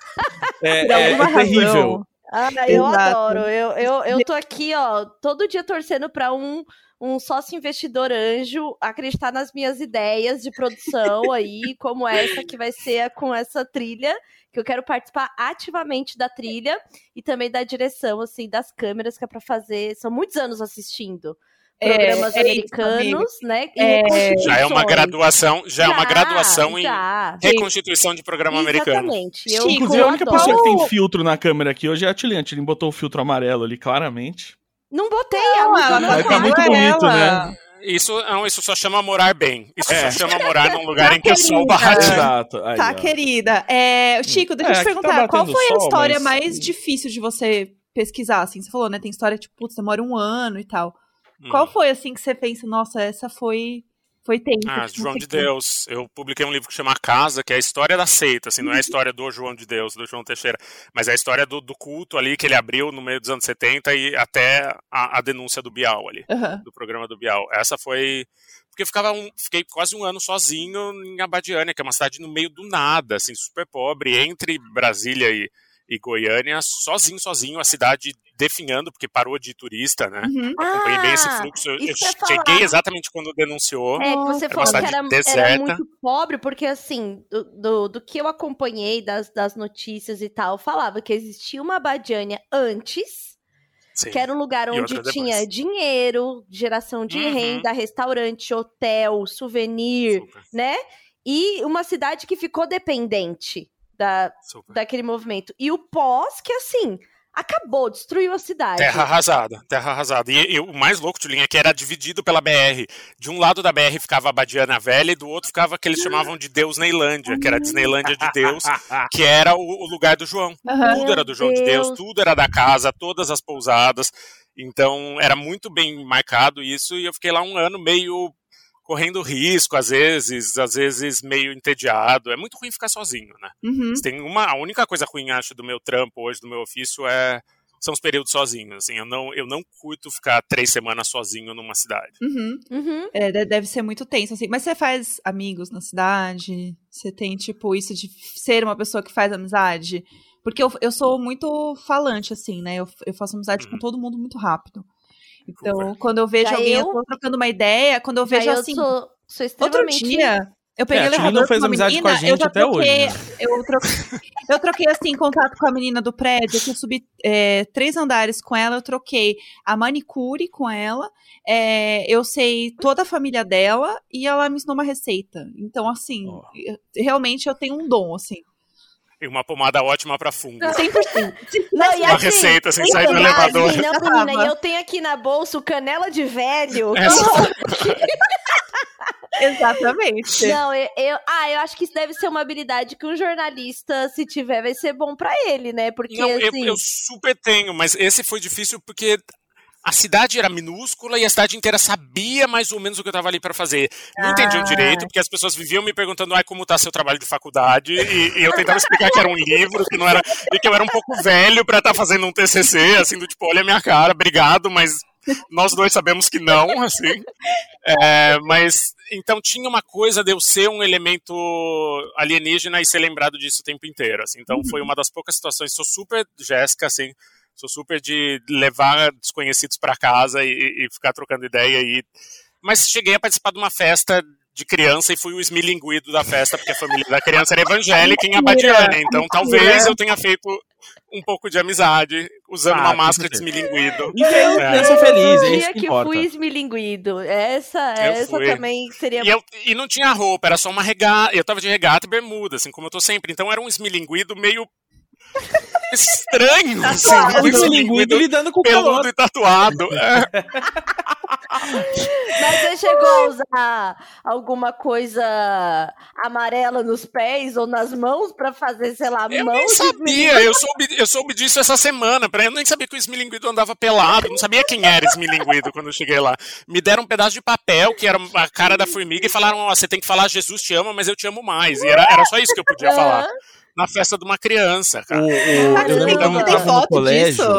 Speaker 2: é, é, é terrível.
Speaker 1: Ah, eu Exato. adoro. Eu, eu, eu tô aqui, ó, todo dia torcendo pra um... um sócio investidor anjo acreditar nas minhas ideias de produção aí, como essa que vai ser com essa trilha, que eu quero participar ativamente da trilha e também da direção, assim, das câmeras que é pra fazer. São muitos anos assistindo programas é, americanos, é né? E
Speaker 3: é,
Speaker 4: já é uma graduação, já, já é uma graduação
Speaker 1: já.
Speaker 4: em reconstituição de programa
Speaker 1: Exatamente.
Speaker 4: americano.
Speaker 1: Eu,
Speaker 2: Inclusive, a única adoro. pessoa que tem filtro na câmera aqui hoje é a Tilian. A Tilian botou o filtro amarelo ali, claramente.
Speaker 1: Não botei,
Speaker 3: não,
Speaker 1: ela
Speaker 3: não
Speaker 2: vai ficar muito bonito, né?
Speaker 4: Isso, não, isso só chama morar bem. Isso é. só chama morar num lugar tá em que o sol bate.
Speaker 2: Exato. Aí,
Speaker 3: tá, ó. querida. É, Chico, deixa eu
Speaker 2: é,
Speaker 3: te perguntar,
Speaker 2: tá
Speaker 3: qual foi
Speaker 2: sol,
Speaker 3: a história
Speaker 2: mas...
Speaker 3: mais difícil de você pesquisar? Assim, você falou, né? Tem história, tipo, putz, demora um ano e tal. Hum. Qual foi, assim, que você pensa, nossa, essa foi... Foi tenso.
Speaker 4: Ah, João de Deus. Eu publiquei um livro que chama Casa, que é a história da seita, assim, não é a história do João de Deus, do João Teixeira, mas é a história do, do culto ali que ele abriu no meio dos anos setenta e até a, a denúncia do Bial ali, uhum. do programa do Bial. Essa foi... Porque eu ficava um, fiquei quase um ano sozinho em Abadiânia, que é uma cidade no meio do nada, assim, super pobre, entre Brasília e, e Goiânia, sozinho, sozinho, a cidade definhando, porque parou de turista, né? Uhum. Acompanhei ah, bem esse fluxo. Eu cheguei falar. exatamente quando denunciou.
Speaker 1: É, que você falou que era, era muito pobre, porque assim, do, do, do que eu acompanhei das, das notícias e tal, falava que existia uma Abadiânia antes, Sim. que era um lugar onde tinha depois. dinheiro, geração de uhum. renda, restaurante, hotel, souvenir, Super. né? E uma cidade que ficou dependente da, daquele movimento. E o pós, que assim... acabou, destruiu a cidade.
Speaker 4: Terra arrasada, terra arrasada. E, e o mais louco, Tulinha, é que era dividido pela B R. De um lado da B R ficava a Abadiânia Velha e do outro ficava que eles chamavam de Deus Neilândia, que era a Disneylândia de Deus, que era o, o lugar do João. Uhum. Tudo era do João Deus. de Deus, tudo era da casa, todas as pousadas. Então era muito bem marcado isso e eu fiquei lá um ano meio... correndo risco, às vezes, às vezes meio entediado. É muito ruim ficar sozinho, né? Uhum. Tem uma, a única coisa ruim, acho, do meu trampo hoje, do meu ofício, é, são os períodos sozinhos. Assim, eu, não, eu não curto ficar três semanas sozinho numa cidade.
Speaker 3: Uhum. Uhum. É, deve ser muito tenso, assim. Mas você faz amigos na cidade? Você tem, tipo, isso de ser uma pessoa que faz amizade? Porque eu, eu sou muito falante, assim, né? Eu, eu faço amizade uhum. com todo mundo muito rápido. Então, quando eu vejo Já alguém, eu... eu tô trocando uma ideia, quando eu vejo
Speaker 1: Já
Speaker 3: assim...
Speaker 1: Eu sou, sou extremamente...
Speaker 3: Outro dia... Eu peguei
Speaker 2: É,
Speaker 3: o
Speaker 2: a Tilly
Speaker 3: elevador
Speaker 2: não fez
Speaker 3: com uma
Speaker 2: amizade
Speaker 3: menina,
Speaker 2: com a gente
Speaker 3: eu já
Speaker 2: até
Speaker 3: troquei,
Speaker 2: hoje, né?
Speaker 3: eu troquei, eu troquei, assim, contato com a menina do prédio, que eu subi é, três andares com ela, eu troquei a manicure com ela, é, eu sei toda a família dela, e ela me ensinou uma receita. Então, assim,
Speaker 2: Oh.
Speaker 3: eu- realmente eu tenho um dom, assim.
Speaker 4: E uma pomada ótima pra fungo.
Speaker 3: cem por cento.
Speaker 1: Não, e
Speaker 4: Uma
Speaker 1: assim,
Speaker 4: receita, assim,
Speaker 1: tem
Speaker 4: sai do
Speaker 1: que-
Speaker 4: elevador.
Speaker 1: assim, não,
Speaker 3: Já
Speaker 1: menina,
Speaker 3: tava.
Speaker 1: e eu tenho aqui na bolsa o canela de velho.
Speaker 4: Essa-
Speaker 3: Exatamente.
Speaker 1: Não, eu, eu- ah, eu acho que isso deve ser uma habilidade que um jornalista, se tiver, vai ser bom pra ele, né? Porque,
Speaker 4: Não, eu,
Speaker 1: assim...
Speaker 4: eu super tenho, mas esse foi difícil porque a cidade era minúscula e a cidade inteira sabia mais ou menos o que eu tava ali pra fazer. Não entendiam direito, porque as pessoas viviam me perguntando, ai, como tá seu trabalho de faculdade? E, e eu tentava explicar que era um livro, que não era, e que eu era um pouco velho pra estar fazendo um T C C, assim, do tipo, olha a minha cara, obrigado, mas nós dois sabemos que não, assim. É, mas, então tinha uma coisa de eu ser um elemento alienígena e ser lembrado disso o tempo inteiro, assim. Então foi uma das poucas situações, sou super Jéssica, assim, sou super de levar desconhecidos pra casa e, e ficar trocando ideia. E... Mas cheguei a participar de uma festa de criança e fui o esmilinguido da festa, porque a família da criança era evangélica em Abadiânia. Então talvez eu tenha feito um pouco de amizade usando
Speaker 2: Ah,
Speaker 4: uma
Speaker 2: com
Speaker 4: máscara de
Speaker 2: certeza.
Speaker 4: esmilinguido.
Speaker 2: E fez
Speaker 4: É.
Speaker 2: criança feliz, é
Speaker 1: O
Speaker 2: isso
Speaker 1: dia
Speaker 2: que
Speaker 1: que
Speaker 2: importa.
Speaker 1: fui esmilinguido. Essa,
Speaker 4: Eu
Speaker 1: essa
Speaker 4: fui.
Speaker 1: também seria...
Speaker 4: E, eu, e não tinha roupa, era só uma regata. Eu tava de regata e bermuda, assim, como eu tô sempre. Então era um esmilinguido meio estranho, assim,
Speaker 3: Tatuado.
Speaker 4: um
Speaker 2: O esmilinguido
Speaker 4: esmilinguido
Speaker 2: lidando com o
Speaker 4: peludo
Speaker 2: calor.
Speaker 4: e tatuado. É.
Speaker 1: Mas você chegou a usar alguma coisa amarela nos pés ou nas mãos pra fazer, sei lá,
Speaker 4: Eu
Speaker 1: mãos
Speaker 4: nem
Speaker 1: de
Speaker 4: sabia, eu soube, eu soube disso essa semana. Eu nem sabia que o esmilinguido andava pelado, não sabia quem era esmilinguido quando eu cheguei lá. Me deram um pedaço de papel, que era a cara da formiga, e falaram, ó, você tem que falar Jesus te ama, mas eu te amo mais. E era, era só isso que eu podia falar. Na festa de uma criança, cara.
Speaker 2: O, o, eu lembro
Speaker 1: Caramba.
Speaker 2: quando eu
Speaker 3: Tem
Speaker 2: tava no
Speaker 3: foto
Speaker 2: colégio.
Speaker 3: disso?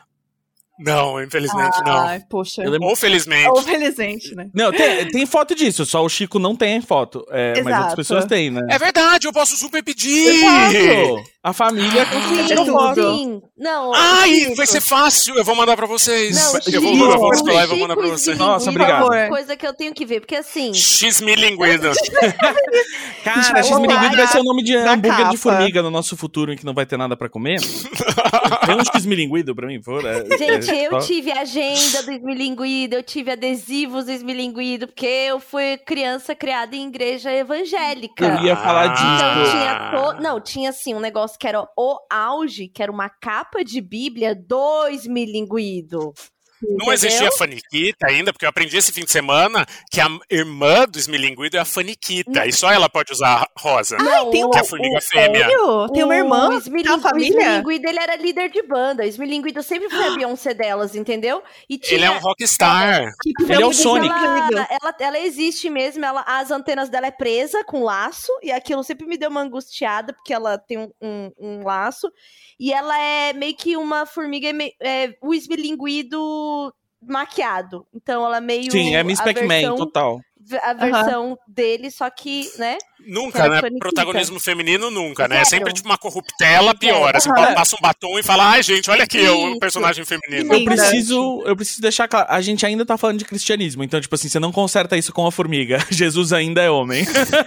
Speaker 4: Não, infelizmente não.
Speaker 3: Ai, poxa.
Speaker 2: Eu lembro-
Speaker 4: Ou felizmente.
Speaker 3: Ou felizmente, né?
Speaker 2: Não, tem, tem foto disso, só o Chico não tem foto. É, mas
Speaker 3: Exato.
Speaker 2: outras pessoas têm, né?
Speaker 4: É verdade, eu posso super pedir.
Speaker 2: Exato! A família
Speaker 1: Sim,
Speaker 2: tirou foto.
Speaker 1: sim. Não,
Speaker 4: Ai,
Speaker 1: Chico.
Speaker 4: vai ser fácil. Eu vou mandar pra vocês.
Speaker 1: Não,
Speaker 4: eu vou,
Speaker 1: Chico,
Speaker 4: eu vou descolar e vou
Speaker 1: Chico
Speaker 4: mandar pra vocês.
Speaker 1: esmilinguido
Speaker 2: Nossa,
Speaker 1: é
Speaker 2: obrigado.
Speaker 1: uma coisa que eu tenho que ver, porque assim...
Speaker 4: X-milinguido.
Speaker 2: Cara,
Speaker 3: vai
Speaker 2: X-milinguido
Speaker 3: botar
Speaker 2: vai ser o nome de
Speaker 3: na
Speaker 2: hambúrguer
Speaker 3: capa.
Speaker 2: de formiga no nosso futuro em que não vai ter nada pra comer. Tem um X-milinguido pra mim, por favor. É-
Speaker 1: Gente,
Speaker 2: é
Speaker 1: eu
Speaker 2: só-
Speaker 1: tive agenda do esmilinguido, eu tive adesivos do esmilinguido, porque eu fui criança criada em igreja evangélica.
Speaker 2: Eu ia falar
Speaker 1: Então
Speaker 2: disso.
Speaker 1: tinha to... Não, tinha assim um negócio que era o auge, que era uma capa de Bíblia do esmilinguido.
Speaker 4: Não existia Faniquita ainda, porque eu aprendi esse fim de semana que a irmã do esmilinguido é a Faniquita, e só ela pode usar rosa.
Speaker 1: Não,
Speaker 3: tem
Speaker 1: o,
Speaker 4: que é a formiga fêmea.
Speaker 3: Sério? Tem uma irmã?
Speaker 1: O esmilingu...
Speaker 3: na
Speaker 1: O
Speaker 3: família?
Speaker 1: esmilinguido, ele era líder de banda. O esmilinguido sempre foi a Beyoncé delas, entendeu? E tinha...
Speaker 4: Ele é um rockstar.
Speaker 2: Ele é o Sonic.
Speaker 1: Ela, ela, ela existe mesmo, ela, as antenas dela é presa com laço, e aquilo sempre me deu uma angustiada, porque ela tem um, um, um laço, e ela é meio que uma formiga, é, o esmilinguido maquiado. Então ela é meio...
Speaker 2: Sim, é Miss
Speaker 1: a
Speaker 2: Pac-Man,
Speaker 1: versão-
Speaker 2: total.
Speaker 1: A versão dele, só que, né?
Speaker 4: Nunca,
Speaker 1: Era
Speaker 4: né?
Speaker 1: Faniquita.
Speaker 4: Protagonismo feminino nunca, né? É
Speaker 1: Zero.
Speaker 4: sempre tipo uma corruptela pior. Assim,
Speaker 3: Aham.
Speaker 4: passa um batom e fala, ai, gente, olha aqui, o
Speaker 1: Isso.
Speaker 4: personagem feminino.
Speaker 2: Eu
Speaker 3: Linda.
Speaker 2: preciso, eu preciso deixar claro, a gente ainda tá falando de cristianismo, então, tipo assim, você não conserta isso com a formiga. Jesus ainda é homem.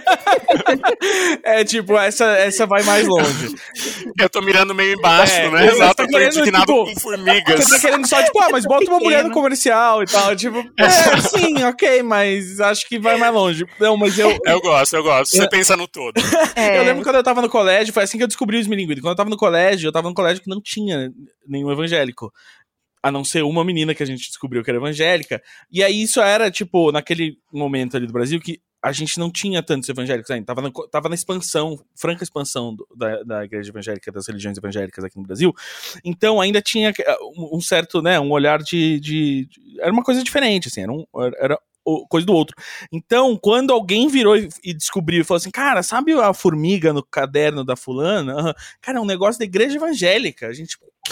Speaker 2: É tipo, essa, essa vai mais longe.
Speaker 4: Eu tô mirando meio embaixo,
Speaker 2: É,
Speaker 4: né?
Speaker 2: eu
Speaker 4: Exato,
Speaker 2: tô
Speaker 4: eu tô
Speaker 2: querendo,
Speaker 4: indignado
Speaker 2: tipo,
Speaker 4: com formigas.
Speaker 2: Você tá querendo só, tipo, ah, mas bota uma mulher no
Speaker 3: Pequeno.
Speaker 2: comercial e tal. Tipo, é, sim, ok, mas acho que vai mais longe. Não, mas eu.
Speaker 4: Eu gosto, eu gosto. Você
Speaker 2: Eu-
Speaker 4: pensa no todo.
Speaker 3: É.
Speaker 2: Eu lembro quando eu tava no colégio, foi assim que eu descobri o esmilinguido. Quando eu tava no colégio, eu tava no colégio que não tinha nenhum evangélico. A não ser uma menina que a gente descobriu que era evangélica. E aí isso era, tipo, naquele momento ali do Brasil que a gente não tinha tantos evangélicos ainda. Tava na, tava na expansão, franca expansão do- da, da igreja evangélica, das religiões evangélicas aqui no Brasil. Então ainda tinha um, um certo, né, um olhar de, de, de... Era uma coisa diferente, assim, era, um, era o- coisa do outro. Então, quando alguém virou e, e descobriu e falou assim, cara, sabe a formiga no caderno da fulana? Aham. Cara, é um negócio da igreja evangélica. A gente, tipo, o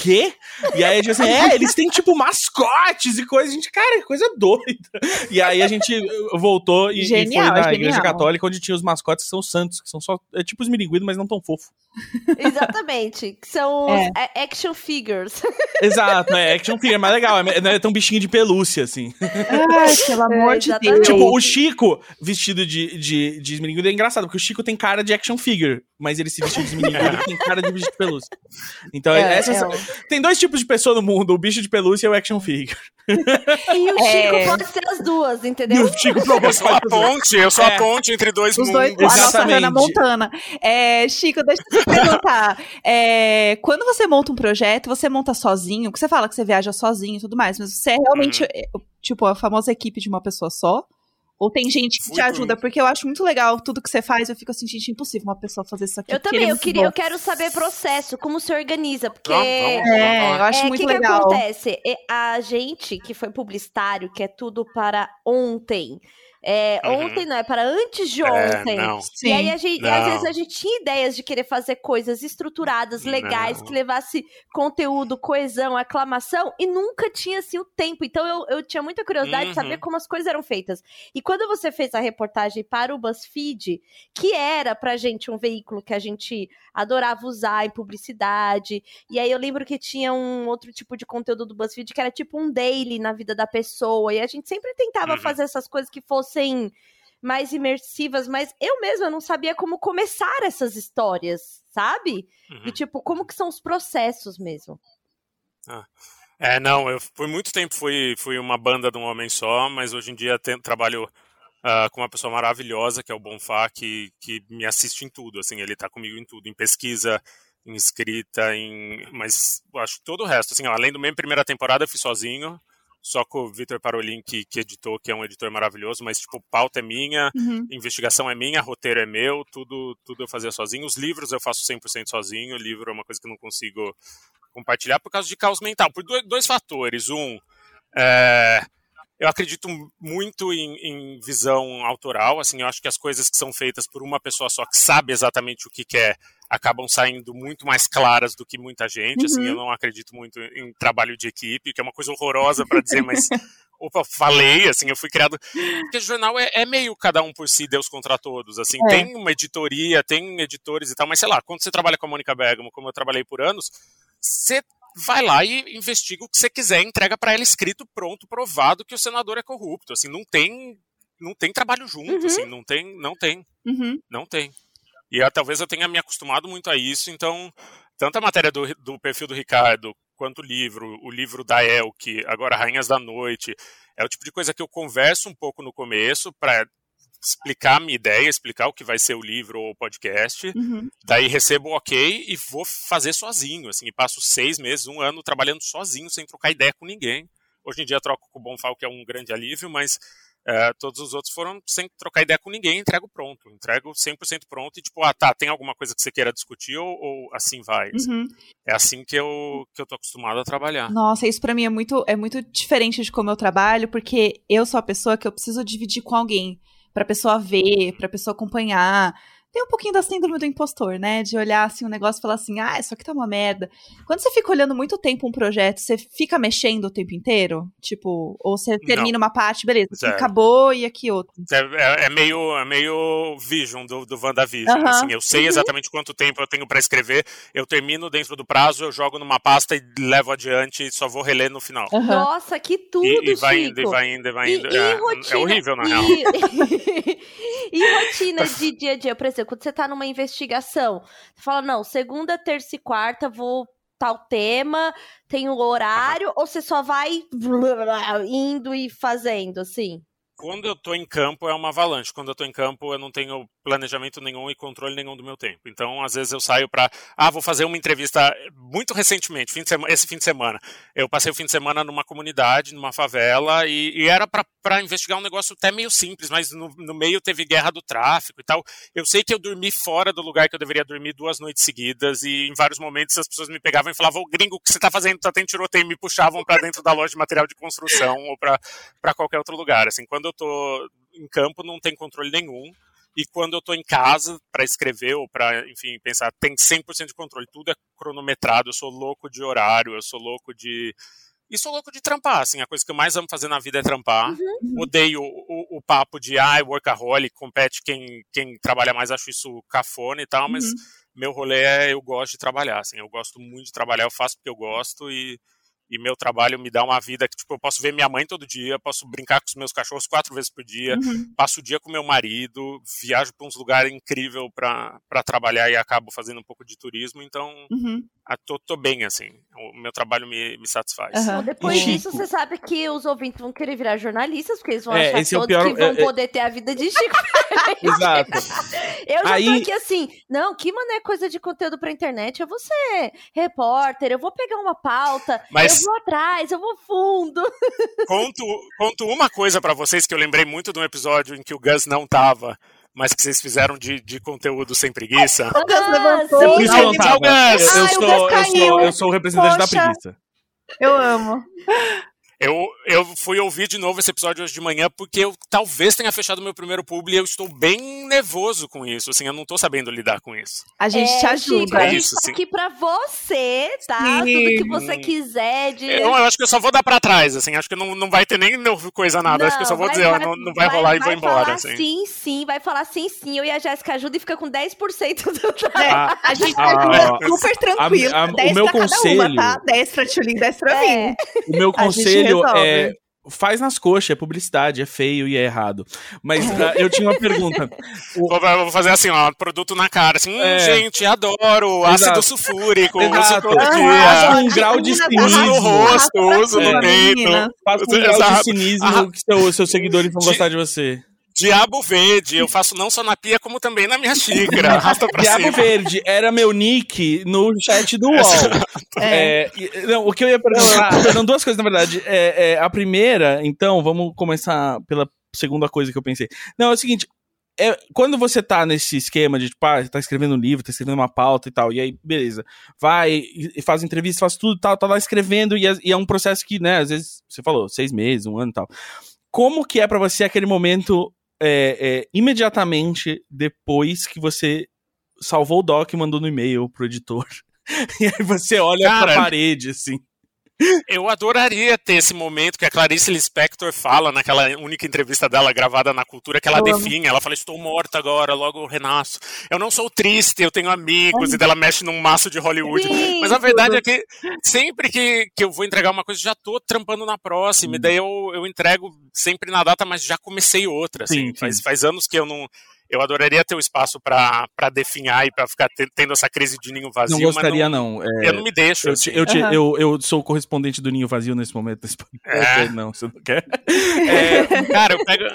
Speaker 2: quê? E aí a gente assim, é, eles têm tipo mascotes e coisas. A gente, cara, coisa doida. E aí a gente voltou e,
Speaker 3: Genial,
Speaker 2: e foi na
Speaker 3: genial.
Speaker 2: igreja católica, onde tinha os mascotes que são santos, que são só, é tipo os miringuidos, mas não tão fofos.
Speaker 1: Exatamente. Que são os é. action figures.
Speaker 2: Exato, é action figure, é mais legal. Não é tão bichinho de pelúcia, assim.
Speaker 3: Ai, pelo amor
Speaker 1: É,
Speaker 3: de
Speaker 1: exatamente.
Speaker 3: Deus.
Speaker 2: Tipo, o Chico vestido de, de, de miringuido é engraçado, porque o Chico tem cara de action figure, mas ele se vestiu de miringuido e tem cara de bicho de pelúcia. Então,
Speaker 1: É,
Speaker 2: essas,
Speaker 1: é o-
Speaker 2: tem dois tipos de pessoa no mundo, o bicho de pelúcia e o action figure.
Speaker 1: E o Chico
Speaker 3: É.
Speaker 1: pode ser as duas,
Speaker 2: E
Speaker 1: entendeu?
Speaker 2: o Chico
Speaker 4: Eu
Speaker 2: propôs
Speaker 4: sou a ponte, eu sou
Speaker 2: É.
Speaker 4: a ponte entre dois
Speaker 3: Os
Speaker 4: mundos.
Speaker 3: dois, a nossa
Speaker 2: Exatamente.
Speaker 3: Hannah Montana. É, Chico, deixa eu te perguntar. É, quando você monta um projeto, você monta sozinho? Porque você fala que você viaja sozinho e tudo mais, mas você é realmente, é, tipo, a famosa equipe de uma pessoa só? Ou tem gente que
Speaker 4: Fui
Speaker 3: te
Speaker 4: por-
Speaker 3: ajuda? Porque eu acho muito legal tudo que você faz. Eu fico assim, gente, impossível uma pessoa fazer isso aqui.
Speaker 1: Eu
Speaker 3: porque
Speaker 1: também,
Speaker 3: ele é
Speaker 1: eu
Speaker 3: muito
Speaker 1: queria,
Speaker 3: bom.
Speaker 1: eu quero saber processo, como se organiza, porque
Speaker 4: Vamos, vamos,
Speaker 3: É, eu acho
Speaker 1: é,
Speaker 3: muito
Speaker 1: que
Speaker 3: legal.
Speaker 1: que acontece? É, A gente que foi publicitário, que é tudo para ontem. É,
Speaker 4: Uhum.
Speaker 1: Ontem não, é para antes de
Speaker 4: É,
Speaker 1: ontem.
Speaker 4: não.
Speaker 3: Sim.
Speaker 1: E aí, a gente,
Speaker 4: Não.
Speaker 1: às vezes, a gente tinha ideias de querer fazer coisas estruturadas, legais,
Speaker 4: Não.
Speaker 1: que levasse conteúdo, coesão, aclamação, e nunca tinha, assim, o tempo. Então, eu, eu tinha muita curiosidade de
Speaker 4: Uhum.
Speaker 1: saber como as coisas eram feitas. E quando você fez a reportagem para o BuzzFeed, que era pra gente um veículo que a gente adorava usar em publicidade, e aí eu lembro que tinha um outro tipo de conteúdo do BuzzFeed que era tipo um daily na vida da pessoa, e a gente sempre tentava
Speaker 4: Uhum.
Speaker 1: fazer essas coisas que fossem mais imersivas, mas eu mesma não sabia como começar essas histórias, sabe?
Speaker 4: Uhum.
Speaker 1: E tipo, como que são os processos mesmo.
Speaker 4: É, não, eu por muito tempo fui, fui uma banda de um homem só, mas hoje em dia tem- trabalho ah, com uma pessoa maravilhosa, que é o Bonfá, que, que me assiste em tudo, assim, ele tá comigo em tudo, em pesquisa, em escrita, em... mas eu acho que todo o resto, assim, ó, além do mesmo primeira temporada eu fiz sozinho, só com o Vitor Parolin, que, que editou, que é um editor maravilhoso, mas, tipo, pauta é minha,
Speaker 3: Uhum.
Speaker 4: investigação é minha, roteiro é meu, tudo, tudo eu fazia sozinho, os livros eu faço cem por cento sozinho, livro é uma coisa que eu não consigo compartilhar por causa de caos mental, por dois, dois fatores. Um, é, eu acredito muito em, em visão autoral, assim, eu acho que as coisas que são feitas por uma pessoa só que sabe exatamente o que quer acabam saindo muito mais claras do que muita gente, assim,
Speaker 3: Uhum.
Speaker 4: eu não acredito muito em trabalho de equipe, que é uma coisa horrorosa para dizer, mas opa, falei, assim, eu fui criado, porque o jornal é, é meio cada um por si, Deus contra todos, assim,
Speaker 3: É.
Speaker 4: tem uma editoria, tem editores e tal, mas sei lá, quando você trabalha com a Mônica Bergamo, como eu trabalhei por anos, você vai lá e investiga o que você quiser, entrega para ela escrito, pronto, provado que o senador é corrupto, assim, não tem, não tem trabalho junto,
Speaker 1: Uhum.
Speaker 4: assim, não tem, não tem,
Speaker 3: Uhum.
Speaker 4: não tem. E eu, talvez eu tenha me acostumado muito a isso, então, tanto a matéria do, do perfil do Ricardo, quanto o livro, o livro da Elke, agora Rainhas da Noite, é o tipo de coisa que eu converso um pouco no começo para explicar a minha ideia, explicar o que vai ser o livro ou o podcast,
Speaker 3: Uhum.
Speaker 4: daí recebo o ok e vou fazer sozinho, assim, e passo seis meses, um ano trabalhando sozinho, sem trocar ideia com ninguém. Hoje em dia troco com o Bonfal, que é um grande alívio, mas é, todos os outros foram sem trocar ideia com ninguém, entrego pronto, entrego cem por cento pronto e tipo, ah tá, tem alguma coisa que você queira discutir ou, ou assim vai? Assim.
Speaker 3: Uhum.
Speaker 4: É assim que eu, que eu tô acostumado a trabalhar.
Speaker 3: Nossa, isso pra mim é muito, é muito diferente de como eu trabalho, porque eu sou a pessoa que eu preciso dividir com alguém, pra pessoa ver, pra pessoa acompanhar. Tem um pouquinho da síndrome do impostor, né? De olhar assim um negócio e falar assim, ah, isso aqui tá uma merda. Quando você fica olhando muito tempo um projeto, você fica mexendo o tempo inteiro? Tipo, ou você termina uma parte, beleza, aqui
Speaker 4: Zero.
Speaker 3: acabou e aqui outra.
Speaker 4: É, é, é meio, é meio Vision do, do WandaVision.
Speaker 3: Aham.
Speaker 4: Assim, eu sei
Speaker 1: Uhum.
Speaker 4: exatamente quanto tempo eu tenho pra escrever, eu termino dentro do prazo, eu jogo numa pasta e levo adiante e só vou reler no final.
Speaker 3: Aham.
Speaker 1: Nossa, que tudo,
Speaker 4: E, e vai
Speaker 1: Chico.
Speaker 4: indo, e vai indo, e vai
Speaker 1: E-
Speaker 4: indo.
Speaker 1: e
Speaker 4: é,
Speaker 1: rotina,
Speaker 4: é horrível, na
Speaker 1: e...
Speaker 4: real.
Speaker 1: e rotina de dia a dia, por exemplo, quando você tá numa investigação, você fala, não, segunda, terça e quarta vou tal tema, tem o horário, ou você só vai indo e fazendo, assim?
Speaker 4: Quando eu tô em campo é uma avalanche. Quando eu tô em campo eu não tenho planejamento nenhum e controle nenhum do meu tempo. Então, às vezes eu saio pra... Ah, vou fazer uma entrevista muito recentemente, fim de semana, esse fim de semana. Eu passei o fim de semana numa comunidade, numa favela, e, e era pra, pra investigar um negócio até meio simples, mas no, no meio teve guerra do tráfico e tal. Eu sei que eu dormi fora do lugar que eu deveria dormir duas noites seguidas, e em vários momentos as pessoas me pegavam e falavam, ô gringo, o que você tá fazendo? Tá tendo tiroteio, e me puxavam pra dentro da loja de material de construção ou pra, pra qualquer outro lugar. Assim, quando eu tô em campo não tem controle nenhum. e quando eu tô em casa para escrever ou para, enfim, pensar, tem cem por cento de controle, tudo é cronometrado, eu sou louco de horário, eu sou louco de... E sou louco de trampar, assim, a coisa que eu mais amo fazer na vida é trampar. Uhum. Odeio o, o, o papo de, ah, workaholic, compete quem, quem trabalha mais, acho isso cafona e tal, mas uhum. meu rolê é, eu gosto de trabalhar, assim, eu gosto muito de trabalhar, eu faço porque eu gosto e... E meu trabalho me dá uma vida que, tipo, eu posso ver minha mãe todo dia, posso brincar com os meus cachorros quatro vezes por dia, uhum. passo o dia com meu marido, viajo para uns lugares incríveis para trabalhar e acabo fazendo um pouco de turismo, então uhum. a, tô, tô bem, assim, o meu trabalho me, me satisfaz.
Speaker 1: Uhum. Bom, depois e disso, Chico. Você sabe que os ouvintes vão querer virar jornalistas, porque eles vão
Speaker 2: é,
Speaker 1: achar
Speaker 2: esse
Speaker 1: todos
Speaker 2: é o pior,
Speaker 1: que vão
Speaker 2: é,
Speaker 1: poder ter a vida de Chico.
Speaker 2: Exato.
Speaker 1: Eu já
Speaker 2: Aí...
Speaker 1: tô aqui assim, não, que mané coisa de conteúdo pra internet, eu vou ser repórter, eu vou pegar uma pauta, Mas... eu vou atrás, eu vou fundo.
Speaker 4: Conto, conto uma coisa pra vocês que eu lembrei muito de um episódio em que o Gus não tava, mas que vocês fizeram de, de conteúdo sem preguiça.
Speaker 3: O Gus levantou.
Speaker 2: Por isso eu não tava. Eu, eu, sou, eu, sou, eu sou o representante Poxa, da preguiça.
Speaker 3: Eu amo.
Speaker 4: Eu, eu fui ouvir de novo esse episódio hoje de manhã porque eu talvez tenha fechado meu primeiro publi e eu estou bem nervoso com isso, assim, eu não estou sabendo lidar com isso.
Speaker 3: A gente
Speaker 1: é,
Speaker 3: te ajuda.
Speaker 1: Chico, a gente isso, tá sim. aqui pra você, tá? Sim. Tudo que você quiser. De...
Speaker 4: Eu, eu acho que eu só vou dar pra trás, assim, acho que não, não vai ter nem coisa nada, não, acho que eu só vou vai, dizer, vai, ó, não, não vai, vai rolar vai, e vou embora.
Speaker 1: Falar
Speaker 4: assim.
Speaker 1: Sim, sim, vai falar sim, sim, eu e a Jéssica ajuda e fica com dez por cento do
Speaker 3: é, a, a gente ajuda ah, super tranquilo, a, a, dez o meu pra conselho, cada uma, tá? dez pra Tchulin, dez pra é. mim.
Speaker 2: O meu conselho é... Faz nas coxas, é publicidade, é feio e é errado. Mas uh, eu tinha uma pergunta.
Speaker 4: O... Vou fazer assim, ó, produto na cara. Assim, hum, é... gente, adoro, Exato. ácido sulfúrico,
Speaker 2: Exato.
Speaker 4: uso todo dia.
Speaker 2: Faça um grau de cinismo.
Speaker 4: Uso no rosto, uso no peito.
Speaker 2: Faça um grau de cinismo ah, que seu, seus seguidores vão de... gostar de você.
Speaker 4: Diabo Verde, eu faço não só na pia, como também na minha xícara. Arrasta pra
Speaker 2: Diabo
Speaker 4: cima.
Speaker 2: Verde era meu nick no chat do U O L. É. É, não, o que eu ia perguntar, eram duas coisas, na verdade. É, é, a primeira, então, vamos começar pela segunda coisa que eu pensei. Não, é o seguinte, é, quando você tá nesse esquema de, tipo, ah, tá escrevendo um livro, tá escrevendo uma pauta e tal, e aí, beleza, vai, faz entrevista, faz tudo e tal, tá lá escrevendo, e é, e é um processo que, né, às vezes, você falou, seis meses, um ano e tal. Como que é pra você aquele momento... É, é, imediatamente depois que você salvou o doc e mandou no e-mail pro editor. E aí você olha Cara, pra parede, assim.
Speaker 4: Eu adoraria ter esse momento que a Clarice Lispector fala naquela única entrevista dela gravada na Cultura, que ela eu define, amo. Ela fala, estou morta agora, logo renasço. Eu não sou triste, eu tenho amigos, Ai. E ela mexe num maço de Hollywood. Sim, Mas a verdade tudo. É que sempre que, que eu vou entregar uma coisa, já tô trampando na próxima, hum. e daí eu, eu entrego sempre na data, mas já comecei outra. Assim. Sim, faz, faz anos que eu não... Eu adoraria ter o espaço pra, pra definhar e pra ficar tendo essa crise de ninho vazio.
Speaker 2: Não gostaria, mas não.
Speaker 4: não. É, eu não me deixo.
Speaker 2: Eu,
Speaker 4: assim.
Speaker 2: eu, te, uhum. eu, eu sou o correspondente do ninho vazio nesse momento. É. Não, você não quer? É,
Speaker 4: cara, eu pego...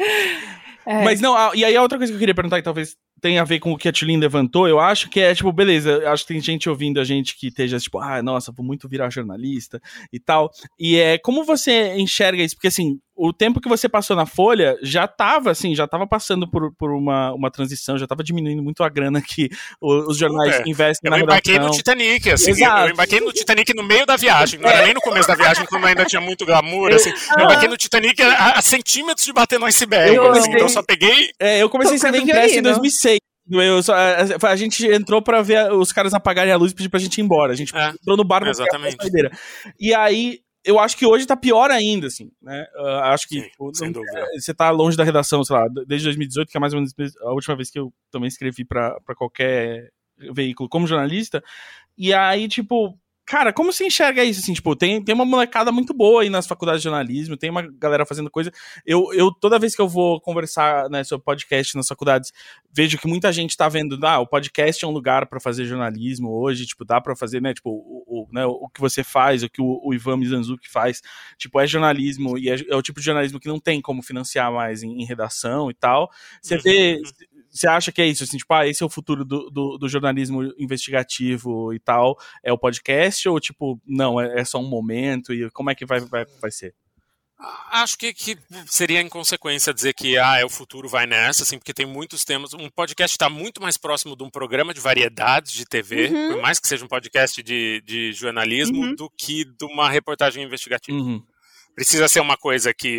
Speaker 2: É. Mas não, a, e aí a outra coisa que eu queria perguntar, que talvez tenha a ver com o que a Tchulin levantou, eu acho que é, tipo, beleza, eu acho que tem gente ouvindo a gente que esteja, tipo, ah, nossa, vou muito virar jornalista e tal, e é, como você enxerga isso? Porque, assim, o tempo que você passou na Folha já tava, assim, já tava passando por, por uma, uma transição, já tava diminuindo muito a grana que os jornais é. investem eu na redação. Eu embarquei
Speaker 4: no Titanic, assim, Exato. eu embarquei no Titanic no meio da viagem, não era nem no começo da viagem, quando ainda tinha muito glamour, assim, eu, eu embarquei no Titanic a, a centímetros de bater no iceberg,
Speaker 2: eu
Speaker 4: assim, então eu só peguei...
Speaker 2: É, eu comecei a escrever impresso em dois mil e seis. Eu só, a, a gente entrou pra ver os caras apagarem a luz e pedir pra gente ir embora. A gente é, entrou no bar
Speaker 4: pra saideira.
Speaker 2: E aí, eu acho que hoje tá pior ainda, assim, né? Uh, acho que
Speaker 4: Sim,
Speaker 2: tipo,
Speaker 4: sem
Speaker 2: não,
Speaker 4: dúvida.
Speaker 2: Você tá longe da redação, sei lá, desde dois mil e dezoito, que é mais ou menos a última vez que eu também escrevi pra, pra qualquer veículo como jornalista. E aí, tipo... Cara, como você enxerga isso, assim, tipo, tem, tem uma molecada muito boa aí nas faculdades de jornalismo, tem uma galera fazendo coisa, eu, eu toda vez que eu vou conversar, né, sobre podcast nas faculdades, vejo que muita gente tá vendo, ah, o podcast é um lugar pra fazer jornalismo hoje, tipo, dá pra fazer, né, tipo, o, o, né, o que você faz, o que o, o Ivan Mizanzuki faz, tipo, é jornalismo, e é, é o tipo de jornalismo que não tem como financiar mais em, em redação e tal, você uhum. vê... Você acha que é isso, assim, tipo, ah, esse é o futuro do, do, do jornalismo investigativo e tal, é o podcast, ou tipo, não, é, é só um momento, e como é que vai, vai, vai ser?
Speaker 4: Acho que, que seria inconsequência dizer que ah, é o futuro, vai nessa, assim, porque tem muitos temas, um podcast está muito mais próximo de um programa de variedades de T V, uhum. por mais que seja um podcast de, de jornalismo, uhum. do que de uma reportagem investigativa.
Speaker 2: Uhum.
Speaker 4: Precisa ser uma coisa que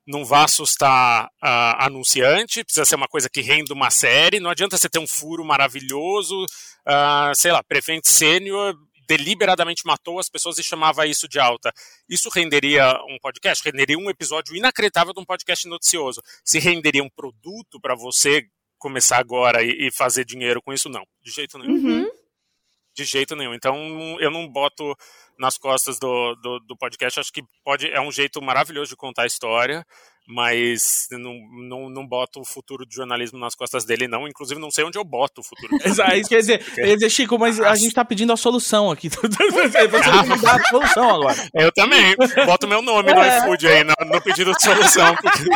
Speaker 4: não vá assustar uh, anunciante, precisa ser uma coisa que renda uma série, não adianta você ter um furo maravilhoso, uh, sei lá, Prevent Senior deliberadamente matou as pessoas e chamava isso de alta. Isso renderia um podcast? Renderia um episódio inacreditável de um podcast noticioso. Se renderia um produto para você começar agora e, e fazer dinheiro com isso? Não, de jeito nenhum.
Speaker 1: Uhum.
Speaker 4: De jeito nenhum. Então, eu não boto nas costas do, do, do podcast. Acho que pode, é um jeito maravilhoso de contar a história, mas não, não, não boto o futuro do jornalismo nas costas dele, não. Inclusive, não sei onde eu boto o futuro.
Speaker 2: Exato, isso quer dizer, porque... quer dizer, Chico, mas a gente tá pedindo a solução aqui. Você tem que dar a solução agora.
Speaker 4: Eu também. Boto meu nome no é. iFood aí, no, no pedido de solução. Porque...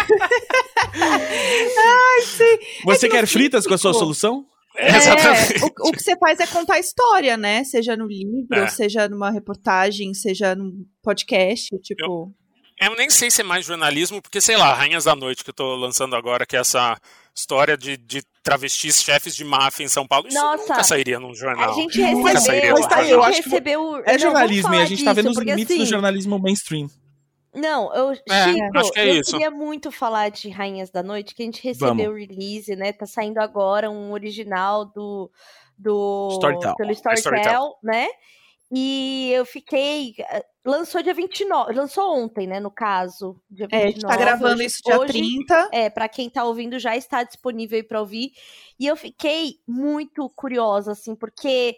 Speaker 3: Ai, sim.
Speaker 2: Você
Speaker 3: é
Speaker 2: que quer
Speaker 3: que
Speaker 2: fritas com a sua solução?
Speaker 3: É, Exatamente. O, o que você faz é contar a história, né? Seja no livro, é. seja numa reportagem, seja num podcast, tipo...
Speaker 4: Eu, eu nem sei se é mais jornalismo, porque, sei lá, Rainhas da Noite, que eu tô lançando agora, que é essa história de, de travestis chefes de máfia em São Paulo, isso
Speaker 1: Nossa,
Speaker 4: nunca sairia num jornal.
Speaker 1: A gente recebeu...
Speaker 2: Mas tá aí, eu acho que
Speaker 1: recebeu,
Speaker 2: é jornalismo
Speaker 1: não,
Speaker 2: e a gente tá vendo os
Speaker 1: porque,
Speaker 2: limites
Speaker 1: assim,
Speaker 2: do jornalismo mainstream.
Speaker 1: Não, eu,
Speaker 4: é,
Speaker 1: Chico,
Speaker 4: acho que é
Speaker 1: eu
Speaker 4: isso.
Speaker 1: queria muito falar de Rainhas da Noite, que a gente recebeu o release, né? Tá saindo agora um original do, do
Speaker 2: Storytel.
Speaker 1: pelo Storytel, né? E eu fiquei... Lançou dia vinte e nove, lançou ontem, né, no caso. Dia vinte e nove,
Speaker 3: é, a gente tá gravando
Speaker 1: hoje,
Speaker 3: isso dia
Speaker 1: hoje,
Speaker 3: trinta.
Speaker 1: É, pra quem tá ouvindo, já está disponível aí pra ouvir. E eu fiquei muito curiosa, assim, porque...